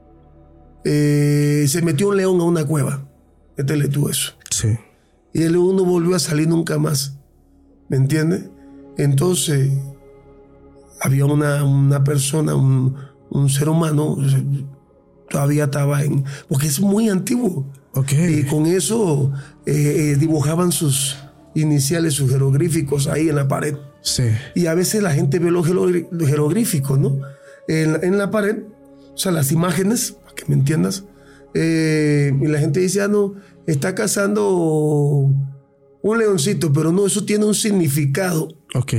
Se metió un león a una cueva. Métele tú eso. Sí. Y el león no volvió a salir nunca más. ¿Me entiendes? Entonces, había una persona, un ser humano, todavía estaba en... Porque es muy antiguo. Ok. Y con eso dibujaban sus iniciales, sus jeroglíficos ahí en la pared. Sí. Y a veces la gente ve los jeroglíficos, ¿no? En la pared, o sea, las imágenes, para que me entiendas. Y la gente dice, no, está cazando un leoncito, pero no, eso tiene un significado. Ok.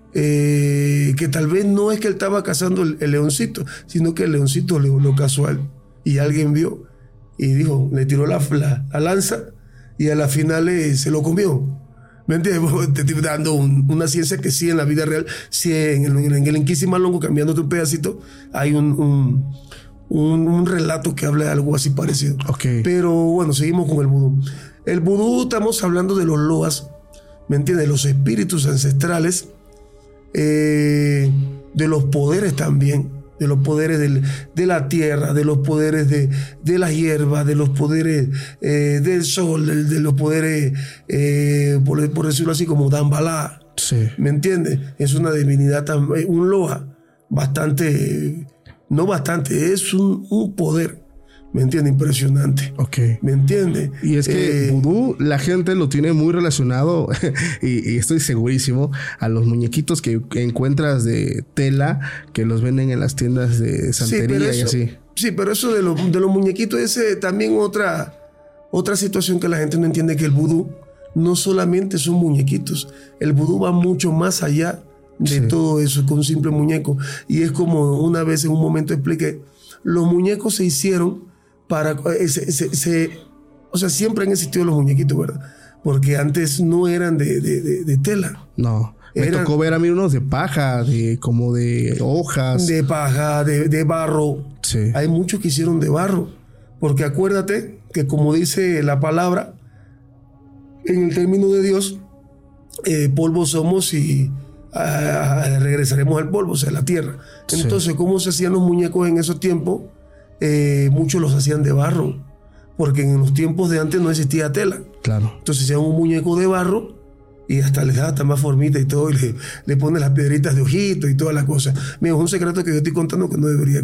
Que tal vez no es que él estaba cazando el leoncito, sino que el leoncito lo cazó a él. Y alguien vio y dijo, le tiró la lanza y a la final se lo comió. ¿Me entiendes? Te estoy dando una ciencia que sí en la vida real, sí en el Inquisimalongo, cambiándote un pedacito, hay un relato que habla de algo así parecido. Ok. Pero bueno, seguimos con el vudú. El vudú, estamos hablando de los loas, ¿me entiendes? Los espíritus ancestrales, de los poderes también, de los poderes de la tierra, de los poderes de la hierba, de los poderes del sol, de los poderes, por decirlo así, como Dambalá. Sí. ¿Me entiendes? Es una divinidad, un loa bastante, no bastante, es un poder, ¿me entiendes? Impresionante. Ok. ¿Me entiendes? Y es que vudú la gente lo tiene muy relacionado y estoy segurísimo a los muñequitos que encuentras de tela que los venden en las tiendas de santería y así. Sí, pero eso de los muñequitos es también otra situación que la gente no entiende, que el vudú no solamente son muñequitos. El vudú va mucho más allá de todo eso con un simple muñeco. Y es como una vez en un momento expliqué, los muñecos se hicieron para... o sea, siempre han existido los muñequitos, ¿verdad? Porque antes no eran de tela. No. Me tocó ver a mí unos de paja, como de hojas. De paja, de barro. Sí. Hay muchos que hicieron de barro. Porque acuérdate que, como dice la palabra, en el término de Dios, polvo somos y regresaremos al polvo, o sea, la tierra. Entonces, sí. ¿Cómo se hacían los muñecos en esos tiempos? Muchos los hacían de barro, porque en los tiempos de antes no existía tela. Claro. Entonces hacían un muñeco de barro y hasta les da hasta más formita y todo, y le ponen las piedritas de ojito y todas las cosas. Mira, es un secreto que yo estoy contando que no debería contar.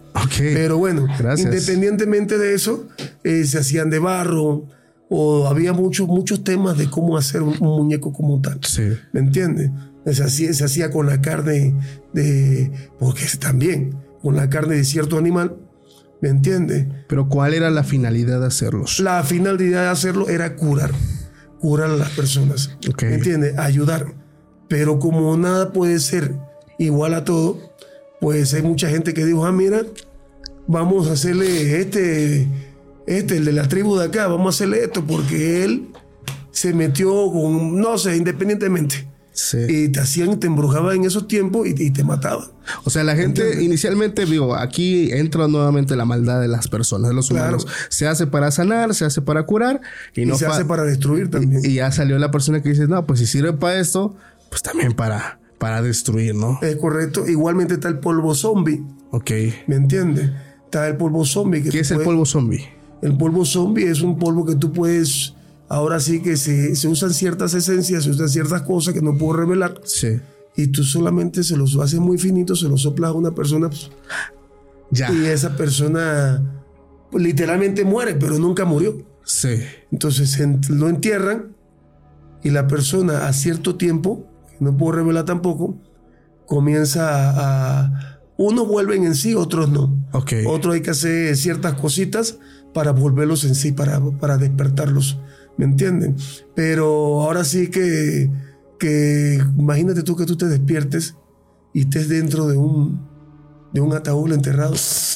Ok. Pero bueno, Gracias. independientemente de eso, se hacían de barro o había muchos temas de cómo hacer un muñeco como tal. Sí. ¿Me entiendes? Se hacía con la carne porque también, con la carne de cierto animal. ¿Me entiendes? Pero ¿cuál era la finalidad de hacerlos? La finalidad de hacerlo era curar a las personas. Ok. ¿Me entiendes? Ayudar. Pero como nada puede ser igual a todo, pues hay mucha gente que dijo, mira, vamos a hacerle el de la tribu de acá, vamos a hacerle esto porque él se metió con, no sé, independientemente. Sí. Y te embrujaban en esos tiempos y te mataban. O sea, la gente ¿Entiendes? inicialmente, digo, aquí entra nuevamente la maldad de las personas, de los humanos. Claro. Se hace para sanar, se hace para curar Y se hace para destruir también. y ya salió la persona que dice, no, pues si sirve para esto, pues también para destruir, ¿no? Es correcto. Igualmente está el polvo zombie. Ok. ¿Me entiendes? Está el polvo zombie. ¿Qué es el polvo zombie? El polvo zombie es un polvo que tú puedes... Ahora sí que se usan ciertas esencias, se usan ciertas cosas que no puedo revelar. Sí. Y tú solamente se los haces muy finitos, se los soplas a una persona pues, Ya. y esa persona pues, literalmente muere, pero nunca murió. Sí. Entonces lo entierran y la persona a cierto tiempo, no puedo revelar tampoco, comienza a... Unos vuelven en sí, otros no. Ok. Otros hay que hacer ciertas cositas para volverlos en sí, para despertarlos. ¿Me entienden? Pero ahora sí que imagínate tú que tú te despiertes y estés dentro de un ataúd enterrado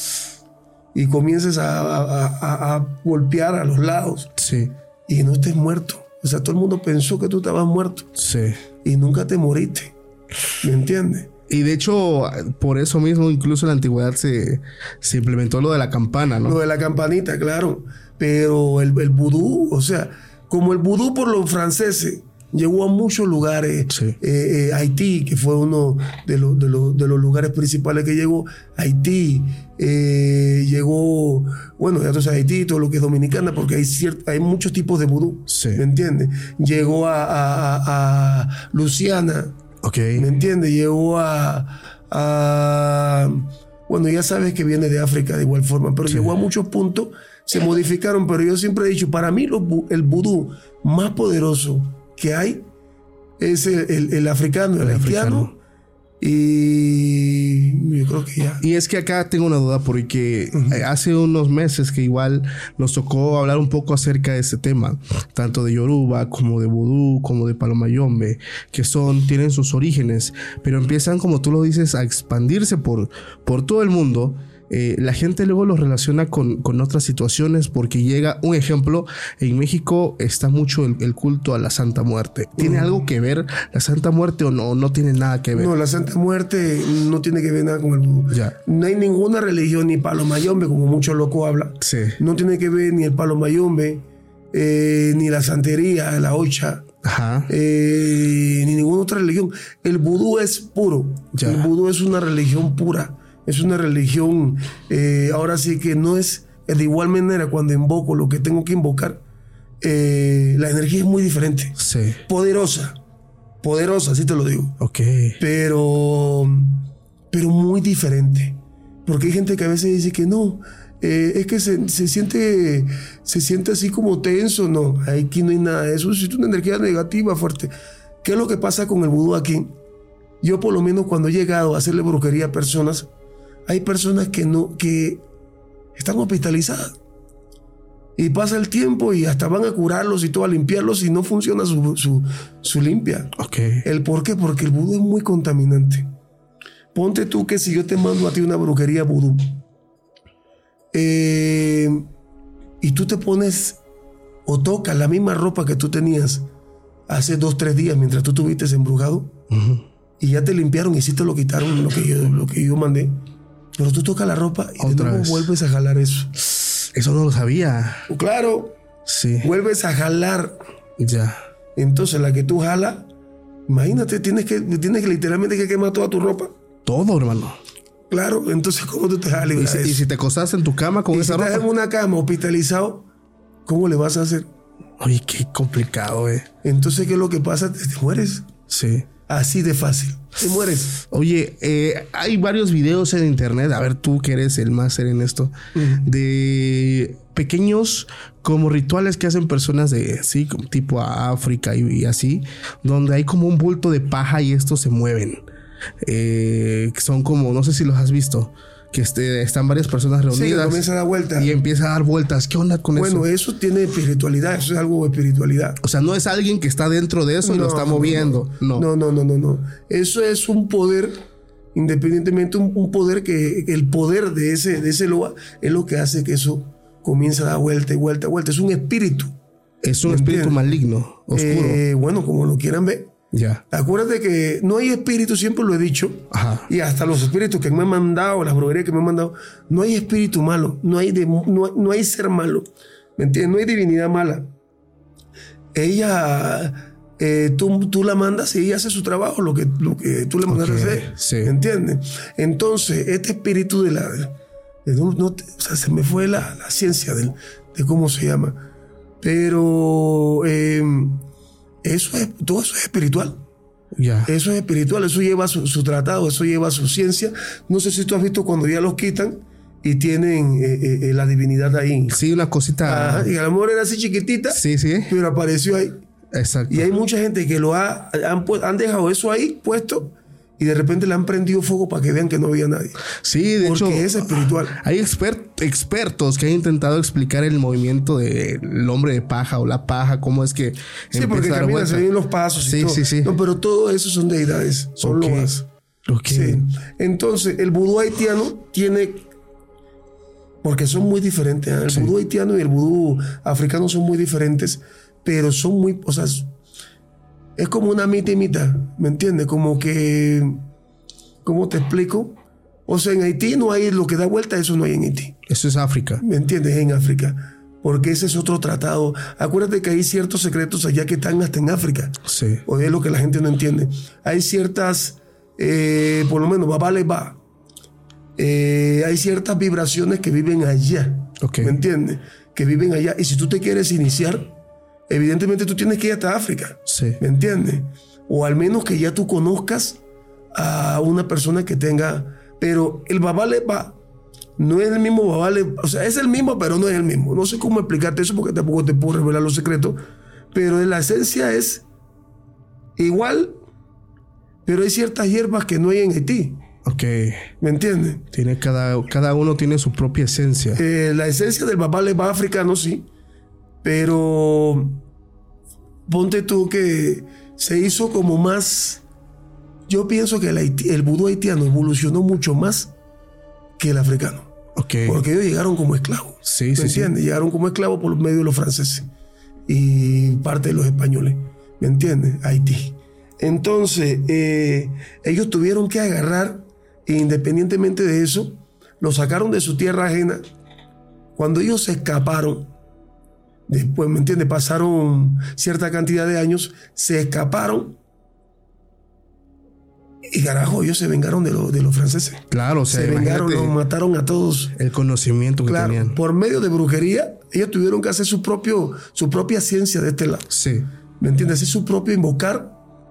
y comiences a golpear a los lados Sí. y no estés muerto. O sea, todo el mundo pensó que tú estabas muerto Sí. y nunca te moriste. ¿Me entiendes? Y de hecho, por eso mismo, incluso en la antigüedad se implementó lo de la campana, ¿no? Lo de la campanita, claro. Pero el vudú, o sea, como el vudú por los franceses llegó a muchos lugares. Sí. Haití, que fue uno de los lugares principales que llegó. Haití, llegó, bueno, ya tú sabes, Haití, todo lo que es Dominicana, porque hay muchos tipos de vudú. Sí. ¿Me entiendes? Llegó a Luisiana. Ok. ¿Me entiendes? Llegó bueno, ya sabes que viene de África de igual forma, pero Sí. llegó a muchos puntos, se modificaron, pero yo siempre he dicho, para mí el vudú más poderoso que hay es el africano, el haitiano, africano. y yo creo que ya. Y es que acá tengo una duda porque hace unos meses que igual nos tocó hablar un poco acerca de este tema, tanto de Yoruba como de Vudú, como de Palomayombe, que tienen sus orígenes, pero empiezan, como tú lo dices, a expandirse por todo el mundo. La gente luego los relaciona con otras situaciones porque llega, un ejemplo, en México está mucho el culto a la Santa Muerte. ¿Tiene algo que ver la Santa Muerte o no? No tiene nada que ver. No, la Santa Muerte no tiene que ver nada con el vudú. Ya. No hay ninguna religión, ni Palomayombe, como muchos locos hablan. Sí. No tiene que ver ni el Palomayombe, ni la santería, la ocha, Ajá. ni ninguna otra religión. El vudú es puro. Ya. El vudú es una religión pura. Es una religión, ahora sí que no es de igual manera cuando invoco lo que tengo que invocar. La energía es muy diferente. Sí. Poderosa, así te lo digo. Ok. Pero muy diferente. Porque hay gente que a veces dice que no, es que se siente así como tenso. No, aquí no hay nada de eso. Es una energía negativa fuerte. ¿Qué es lo que pasa con el vudú aquí? Yo por lo menos cuando he llegado a hacerle brujería a personas, hay personas que están hospitalizadas. Y pasa el tiempo y hasta van a curarlos y todo, a limpiarlos y no funciona su limpia. Ok. ¿El por qué? Porque el vudú es muy contaminante. Ponte tú que si yo te mando a ti una brujería vudú y tú te pones o tocas la misma ropa que tú tenías hace 2-3 días mientras tú estuviste embrujado y ya te limpiaron y sí te lo quitaron lo que yo mandé, pero tú tocas la ropa y de Otra nuevo vez. vuelves a jalar eso. Eso no lo sabía. Claro, Sí. vuelves a jalar. Ya. Entonces la que tú jalas, imagínate, tienes que literalmente que quemar toda tu ropa. Todo, hermano. Claro, entonces ¿cómo tú te vas a librar de Y eso? si te acostaste en tu cama con Y si esa estás en ropa. una cama hospitalizado, ¿cómo le vas a hacer? Oye, qué complicado, Entonces, ¿qué es lo que pasa? Te mueres. Sí. Así de fácil. Te mueres. Oye, hay varios videos en internet, a ver tú que eres el máster en esto, de pequeños como rituales que hacen personas de, sí, como tipo a África y así, donde hay como un bulto de paja y estos se mueven. Son como, no sé si los has visto, que están varias personas reunidas. Sí, comienza a dar vueltas. Y empieza a dar vueltas. ¿Qué onda con eso? Bueno, eso tiene espiritualidad, eso es algo de espiritualidad. O sea, no es alguien que está dentro de eso y lo está moviendo. No. Eso es un poder, independientemente, un poder que el poder de ese loa es lo que hace que eso comience a dar vuelta y vuelta y vuelta. Es un espíritu. Es un espíritu maligno, oscuro. Bueno, como lo quieran ver. Ya. Acuérdate que no hay espíritu, siempre lo he dicho. Ajá. Y hasta los espíritus que me han mandado, las brujerías que me han mandado, no hay espíritu malo, no hay ser malo. ¿Me entiendes? No hay divinidad mala. Ella, tú la mandas y ella hace su trabajo, lo que tú le mandas a hacer. Sí. ¿Me entiendes? Entonces, este espíritu o sea, se me fue la ciencia de cómo se llama. Pero todo eso es espiritual. Yeah. Eso es espiritual, eso lleva su tratado, eso lleva su ciencia. No sé si tú has visto cuando ya los quitan y tienen la divinidad ahí. Sí, una cosita. Ajá, y a lo mejor era así chiquitita, sí. pero apareció ahí. Exacto. Y hay mucha gente que han dejado eso ahí puesto y de repente le han prendido fuego para que vean que no había nadie. Sí, de hecho. Porque es espiritual. Hay expertos que han intentado explicar el movimiento del hombre de paja o la paja, cómo es que sí, porque camina, se ven los pasos y todo. Sí. No, pero todo eso son deidades, son loas. Sí. Entonces, el vudú haitiano tiene... Porque son muy diferentes. El vudú haitiano y el vudú africano son muy diferentes, pero son muy... O sea, es como una mitad y mitad, ¿me entiendes? Como que... ¿Cómo te explico? O sea, en Haití no hay lo que da vuelta, eso no hay en Haití. Eso es África. ¿Me entiendes? En África. Porque ese es otro tratado. Acuérdate que hay ciertos secretos allá que están hasta en África. Sí. O es lo que la gente no entiende. Hay ciertas... por lo menos, va. Hay ciertas vibraciones que viven allá. Okay. ¿Me entiendes? Que viven allá. Y si tú te quieres iniciar, evidentemente tú tienes que ir hasta África. Sí. ¿Me entiendes? O al menos que ya tú conozcas a una persona que tenga... Pero el Babaleba no es el mismo Babaleba. O sea, es el mismo, pero no es el mismo. No sé cómo explicarte eso porque tampoco te puedo revelar los secretos. Pero la esencia es igual, pero hay ciertas hierbas que no hay en Haití. Ok. ¿Me entiendes? Cada uno tiene su propia esencia. La esencia del Babaleba africano, sí. Pero ponte tú que se hizo como más... Yo pienso que el vudú haitiano evolucionó mucho más que el africano. Okay. Porque ellos llegaron como esclavos. Sí, ¿Me entiendes? Sí. Llegaron como esclavos por medio de los franceses y parte de los españoles. ¿Me entiendes? Haití. Entonces, ellos tuvieron que agarrar, e independientemente de eso, lo sacaron de su tierra ajena. Cuando ellos se escaparon, después, ¿me entiendes? Pasaron cierta cantidad de años, se escaparon. Y carajo, ellos se vengaron de los franceses. Claro, o sea, se vengaron, los mataron a todos. El conocimiento que tenían. Por medio de brujería, ellos tuvieron que hacer su propia ciencia de este lado. Sí. ¿Me entiendes? Hacer su propio invocar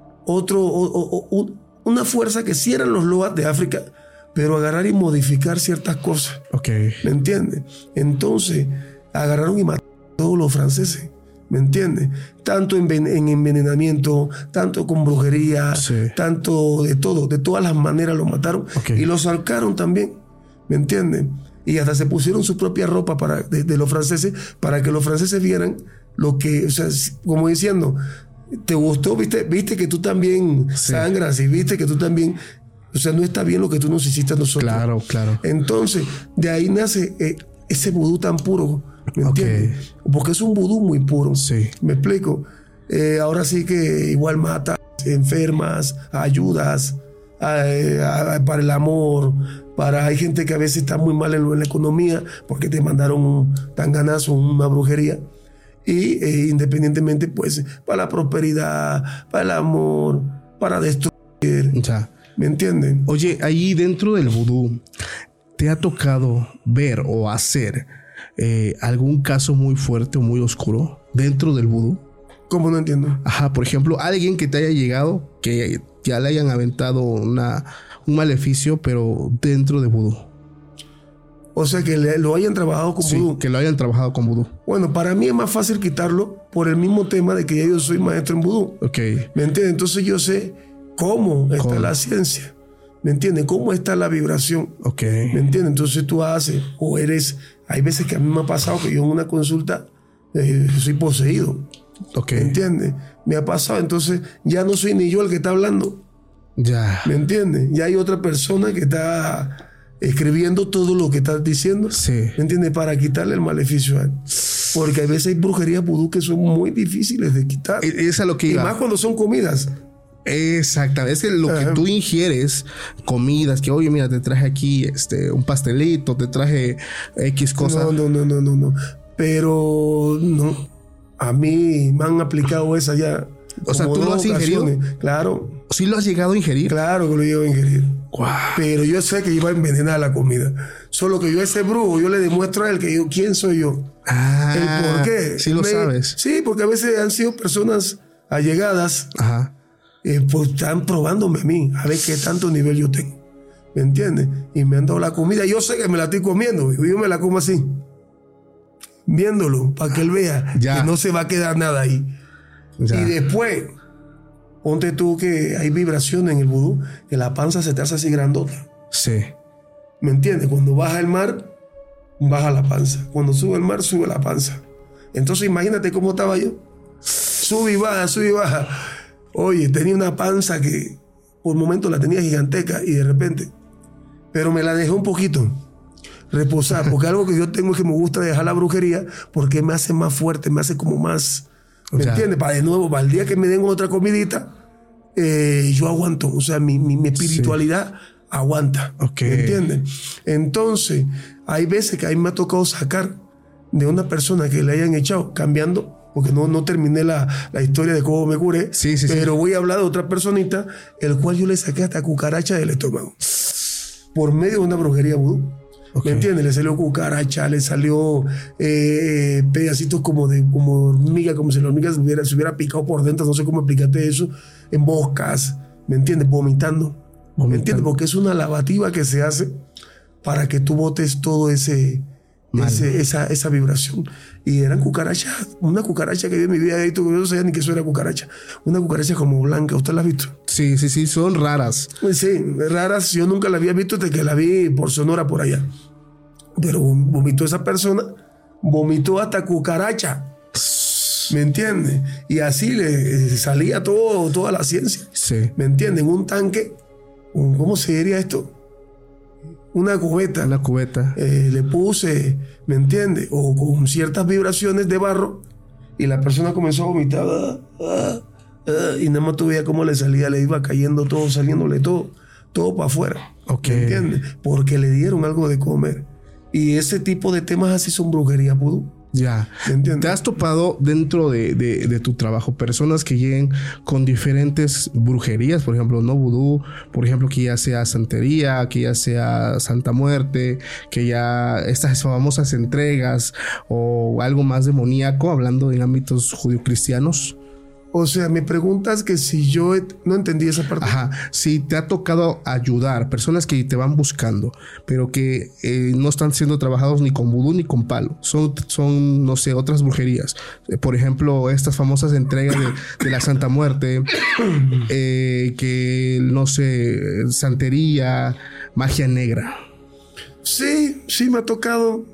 una fuerza que sí eran los loas de África, pero agarrar y modificar ciertas cosas. Ok. ¿Me entiendes? Entonces, agarraron y mataron a todos los franceses. ¿Me entiendes? Tanto en envenenamiento, tanto con brujería, tanto de todo, de todas las maneras lo mataron. Okay. Y lo sacaron también, ¿me entiendes? Y hasta se pusieron su propia ropa de los franceses para que los franceses vieran lo que, o sea, como diciendo, ¿te gustó? ¿Viste que tú también sangras y viste que tú también, o sea, no está bien lo que tú nos hiciste a nosotros? Claro. Entonces, de ahí nace ese vudú tan puro. ¿Me entiendes? Porque es un vudú muy puro. Sí. ¿Me explico? Ahora sí que igual mata, enfermas, ayudas para el amor. Hay gente que a veces está muy mal en la economía porque te mandaron tan ganazo, una brujería. Y independientemente, pues, para la prosperidad, para el amor, para destruir. Ya. ¿Me entienden? Oye, ahí dentro del vudú, ¿te ha tocado ver o hacer algún caso muy fuerte o muy oscuro dentro del vudú? ¿Cómo no entiendo? Ajá, por ejemplo, alguien que te haya llegado, que ya le hayan aventado un maleficio, pero dentro de vudú. O sea, que lo hayan trabajado con vudú. Que lo hayan trabajado con vudú. Bueno, para mí es más fácil quitarlo por el mismo tema de que ya yo soy maestro en vudú. Ok. ¿Me entiendes? Entonces yo sé cómo está la ciencia. ¿Me entiendes? Cómo está la vibración. Ok. ¿Me entiendes? Entonces tú haces o eres... Hay veces que a mí me ha pasado que yo en una consulta soy poseído. Ok. ¿Me entiendes? Me ha pasado. Entonces ya no soy ni yo el que está hablando. Ya. ¿Me entiendes? Ya hay otra persona que está escribiendo todo lo que estás diciendo. Sí. ¿Me entiendes? Para quitarle el maleficio a él. Porque a veces hay brujerías vudú que son muy difíciles de quitar. Es a lo que iba. Y más cuando son comidas. Exactamente, es que lo que tú ingieres, comidas, que oye, mira, te traje aquí un pastelito, te traje X cosa. No. Pero no, a mí me han aplicado esa ya. O sea, ¿tú lo has ingerido? Claro. ¿Sí lo has llegado a ingerir? Claro que lo llevo a ingerir. Wow. Pero yo sé que iba a envenenar la comida. Solo que yo a ese brujo, yo le demuestro a él que quién soy yo. ¿El por qué? Sí lo sabes. Sí, porque a veces han sido personas allegadas. Ajá. Pues están probándome a mí, a ver qué tanto nivel yo tengo. ¿Me entiendes? Y me han dado la comida. Yo sé que me la estoy comiendo. Yo me la como así. Viéndolo, para que él vea que no se va a quedar nada ahí. Ya. Y después, ponte tú que hay vibración en el vudú, que la panza se te hace así grandota. Sí. ¿Me entiendes? Cuando baja el mar, baja la panza. Cuando sube el mar, sube la panza. Entonces imagínate cómo estaba yo. Sube y baja, sube y baja. Oye, tenía una panza que por momentos la tenía giganteca y de repente, pero me la dejé un poquito reposar, porque algo que yo tengo es que me gusta dejar la brujería porque me hace más fuerte, me hace como más, ¿me entiendes? Para de nuevo, para el día que me den otra comidita, yo aguanto, o sea, mi espiritualidad aguanta, ¿me entiendes? Entonces, hay veces que a mí me ha tocado sacar de una persona que le hayan echado, cambiando, porque no terminé la historia de cómo me curé, pero voy a hablar de otra personita, el cual yo le saqué hasta cucaracha del estómago, por medio de una brujería vudú. ¿Me entiendes? Le salió cucaracha, le salió pedacitos como hormiga, como si la hormiga se hubiera picado por dentro, no sé cómo explicarte eso, en moscas, ¿me entiendes? Vomitando. ¿Me entiendes? Porque es una lavativa que se hace para que tú botes todo esa vibración. Y eran cucarachas, una cucaracha que vi en mi vida, yo no sabía ni que eso era cucaracha, una cucaracha como blanca, ¿usted la ha visto? Sí, son raras. Sí, raras, yo nunca la había visto desde que la vi por Sonora por allá, pero vomitó esa persona, vomitó hasta cucaracha, ¿me entiendes? Y así le salía toda la ciencia, ¿me entienden? Un tanque, ¿cómo se diría esto? Una cubeta. Le puse, ¿me entiendes? O con ciertas vibraciones de barro y la persona comenzó a vomitar y nada más tú veías cómo le salía, le iba cayendo todo, saliéndole todo para afuera. ¿Me entiendes? Porque le dieron algo de comer. Y ese tipo de temas así son brujería vudú. Ya. ¿Te has topado dentro de tu trabajo personas que lleguen con diferentes brujerías? Por ejemplo, no vudú, por ejemplo, que ya sea santería, que ya sea Santa Muerte, que ya estas famosas entregas o algo más demoníaco, hablando en ámbitos judio-cristianos. O sea, me preguntas que si yo no entendí esa parte. Ajá, si te ha tocado ayudar personas que te van buscando, pero que no están siendo trabajados ni con vudú ni con palo. Son no sé, otras brujerías. Por ejemplo, estas famosas entregas de la Santa Muerte, que no sé, santería, magia negra. Sí, me ha tocado,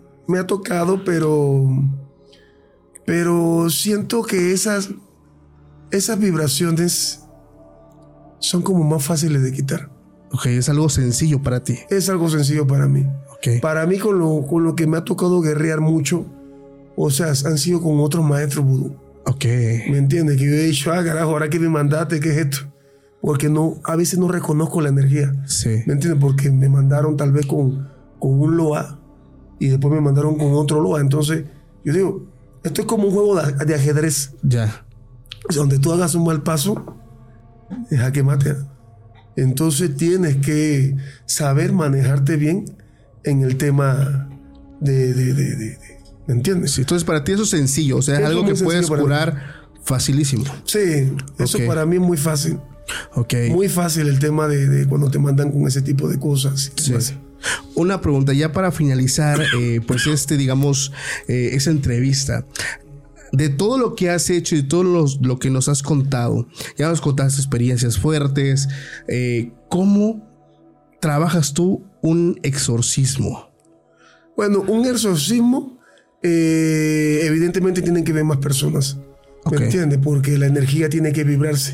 pero siento que esas vibraciones son como más fáciles de quitar. Es algo sencillo para ti. Es algo sencillo para mí. Para mí con lo que me ha tocado guerrear mucho, o sea, han sido con otros maestros vudú. ¿Me entiendes? Que yo he dicho, carajo, ahora que me mandaste, ¿qué es esto? Porque a veces no reconozco la energía. ¿Me entiendes? Porque me mandaron tal vez con un Loa y después me mandaron con otro Loa. Entonces, yo digo, esto es como un juego de ajedrez. Ya. Donde tú hagas un mal paso, es jaque mate. Entonces tienes que saber manejarte bien en el tema de ¿me entiendes? Sí, entonces para ti eso es sencillo, o sea, es algo que puedes curar Facilísimo. Sí, eso para mí es muy fácil. Muy fácil el tema de cuando te mandan con ese tipo de cosas. Sí. Una pregunta ya para finalizar, pues digamos, esa entrevista. De todo lo que has hecho y todo lo que nos has contado, ya nos contaste experiencias fuertes, ¿cómo trabajas tú un exorcismo? Bueno, un exorcismo, evidentemente tienen que ver más personas. ¿Me entiendes? Porque la energía tiene que vibrarse.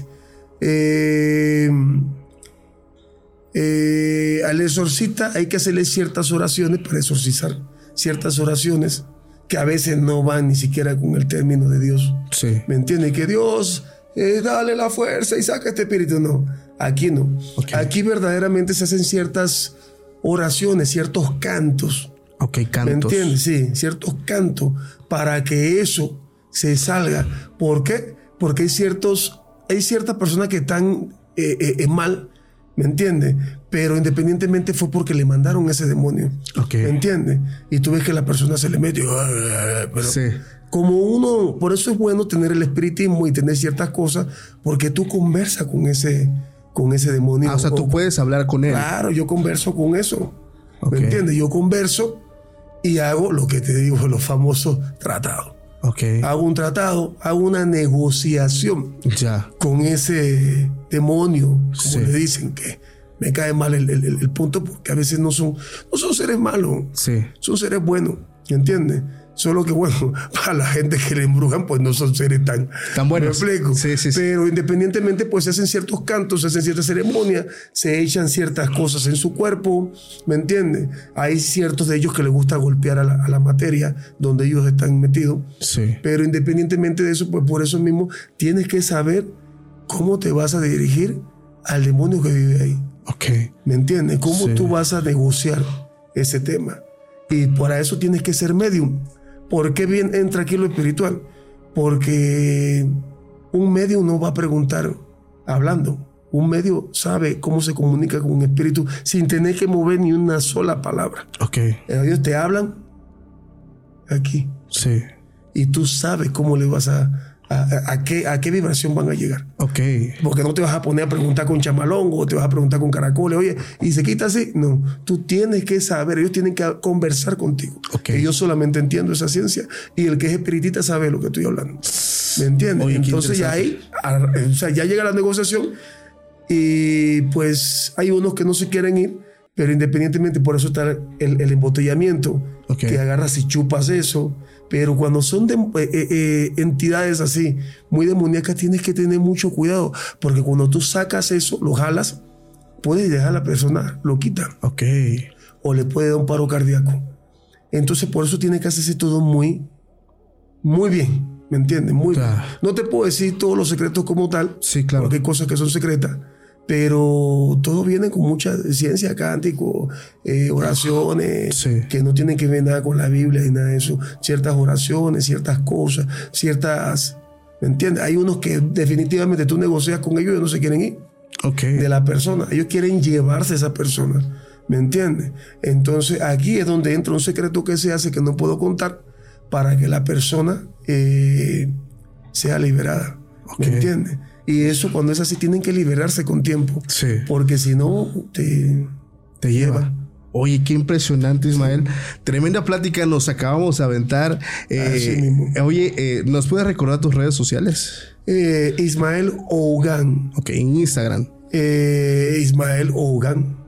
Al exorcista hay que hacerle ciertas oraciones para exorcizar. Ciertas oraciones que a veces no van ni siquiera con el término de Dios. Sí. ¿Me entiendes? Que Dios, dale la fuerza y saca este espíritu. No, aquí no. Aquí verdaderamente se hacen ciertas oraciones, ciertos cantos. Cantos. ¿Me entiendes? Sí, ciertos cantos para que eso se salga. ¿Por qué? Porque hay ciertas personas que están mal, ¿me entiendes? Pero independientemente fue porque le mandaron ese demonio. ¿Me entiendes? Y tú ves que la persona se le metió. Pero sí. Como uno, por eso es bueno tener el espiritismo y tener ciertas cosas, porque tú conversas con ese demonio. O sea, tú puedes hablar con él. Claro, yo converso con eso. ¿Me entiendes? Yo converso y hago lo que te digo, los famosos tratados. Hago un tratado, hago una negociación con ese demonio, como le dicen, que me cae mal el punto, porque a veces no son seres malos, son seres buenos, ¿me entiendes? Solo que, bueno, para la gente que le embrujan, pues no son seres tan buenos. ¿Me explico? Sí. Pero independientemente, pues se hacen ciertos cantos, se hacen ciertas ceremonias, se echan ciertas cosas en su cuerpo, ¿me entiendes? Hay ciertos de ellos que les gusta golpear a la materia donde ellos están metidos. Sí. Pero independientemente de eso, pues por eso mismo tienes que saber cómo te vas a dirigir al demonio que vive ahí. ¿Me entiendes? ¿Cómo tú vas a negociar ese tema? Y para eso tienes que ser medium. ¿Por qué bien entra aquí lo espiritual? Porque un medium no va a preguntar hablando. Un medium sabe cómo se comunica con un espíritu sin tener que mover ni una sola palabra. Ellos te hablan aquí. Sí. Y tú sabes cómo le vas a qué vibración van a llegar. Porque no te vas a poner a preguntar con chamalongo o te vas a preguntar con caracoles. Oye, ¿y se quita así? No, tú tienes que saber. Ellos tienen que conversar contigo. Que yo solamente entiendo esa ciencia y el que es espiritista sabe lo que estoy hablando. ¿Me entiendes? Entonces ya ahí, ya llega la negociación y pues hay unos que no se quieren ir, pero independientemente, por eso está el embotellamiento, que agarras y chupas eso. Pero cuando son entidades así, muy demoníacas, tienes que tener mucho cuidado, porque cuando tú sacas eso, lo jalas, puedes dejar a la persona loquita. O le puede dar un paro cardíaco. Entonces, por eso tienes que hacerse todo muy, muy bien. ¿Me entiendes? Muy bien. No te puedo decir todos los secretos como tal, porque hay cosas que son secretas. Pero todo viene con mucha ciencia, cántico, oraciones, que no tienen que ver nada con la Biblia y nada de eso. Ciertas oraciones, ciertas cosas, ¿me entiendes? Hay unos que definitivamente tú negocias con ellos y no se quieren ir de la persona. Ellos quieren llevarse a esa persona, ¿me entiendes? Entonces aquí es donde entra un secreto que se hace que no puedo contar para que la persona sea liberada, ¿me entiendes? Y eso, cuando es así, tienen que liberarse con tiempo. Porque si no, te lleva. Oye, qué impresionante, Ismael. Tremenda plática nos acabamos de aventar. Oye, ¿nos puedes recordar tus redes sociales? Ismael Ougan. En Instagram. Ismael Ougan.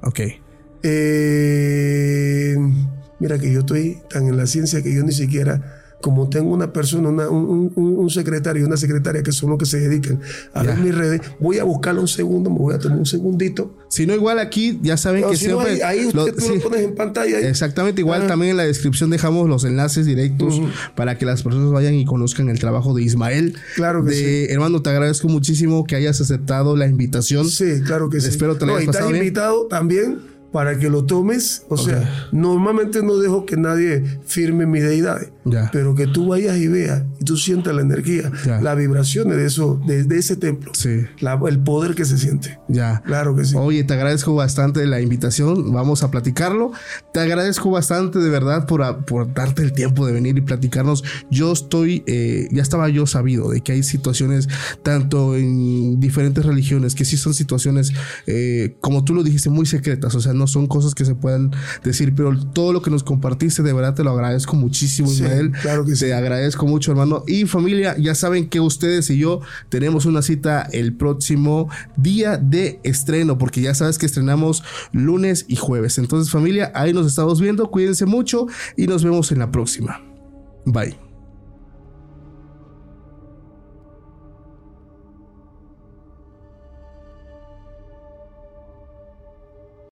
Mira que yo estoy tan en la ciencia que yo ni siquiera... Como tengo una persona, un secretario y una secretaria que son los que se dedican a ver mis redes, voy a buscarlo un segundo, me voy a tomar un segundito. Si no, igual aquí ya saben que siempre... ahí tú lo pones en pantalla. Exactamente, igual también en la descripción dejamos los enlaces directos para que las personas vayan y conozcan el trabajo de Ismael. Claro que sí. Hermano, te agradezco muchísimo que hayas aceptado la invitación. Sí, claro que sí. Espero te la hayas pasado bien. Estás invitado también para que lo tomes. O sea, normalmente no dejo que nadie firme mis deidades. Ya. pero que tú vayas y veas y tú sientas la energía, Ya. las vibraciones de eso, de ese templo, Sí. el poder que se siente. Ya. Claro que sí. Oye, te agradezco bastante la invitación. Vamos a platicarlo. Te agradezco bastante de verdad por darte el tiempo de venir y platicarnos. Yo ya estaba yo sabido de que hay situaciones tanto en diferentes religiones que sí son situaciones, como tú lo dijiste, muy secretas. O sea, no son cosas que se puedan decir, pero todo lo que nos compartiste, de verdad te lo agradezco muchísimo, Sí, Ismael. claro que sí. Te agradezco mucho, hermano. Y familia, ya saben que ustedes y yo tenemos una cita el próximo día de estreno, porque ya sabes que estrenamos lunes y jueves. Entonces, familia, ahí nos estamos viendo. Cuídense mucho y nos vemos en la próxima. Bye.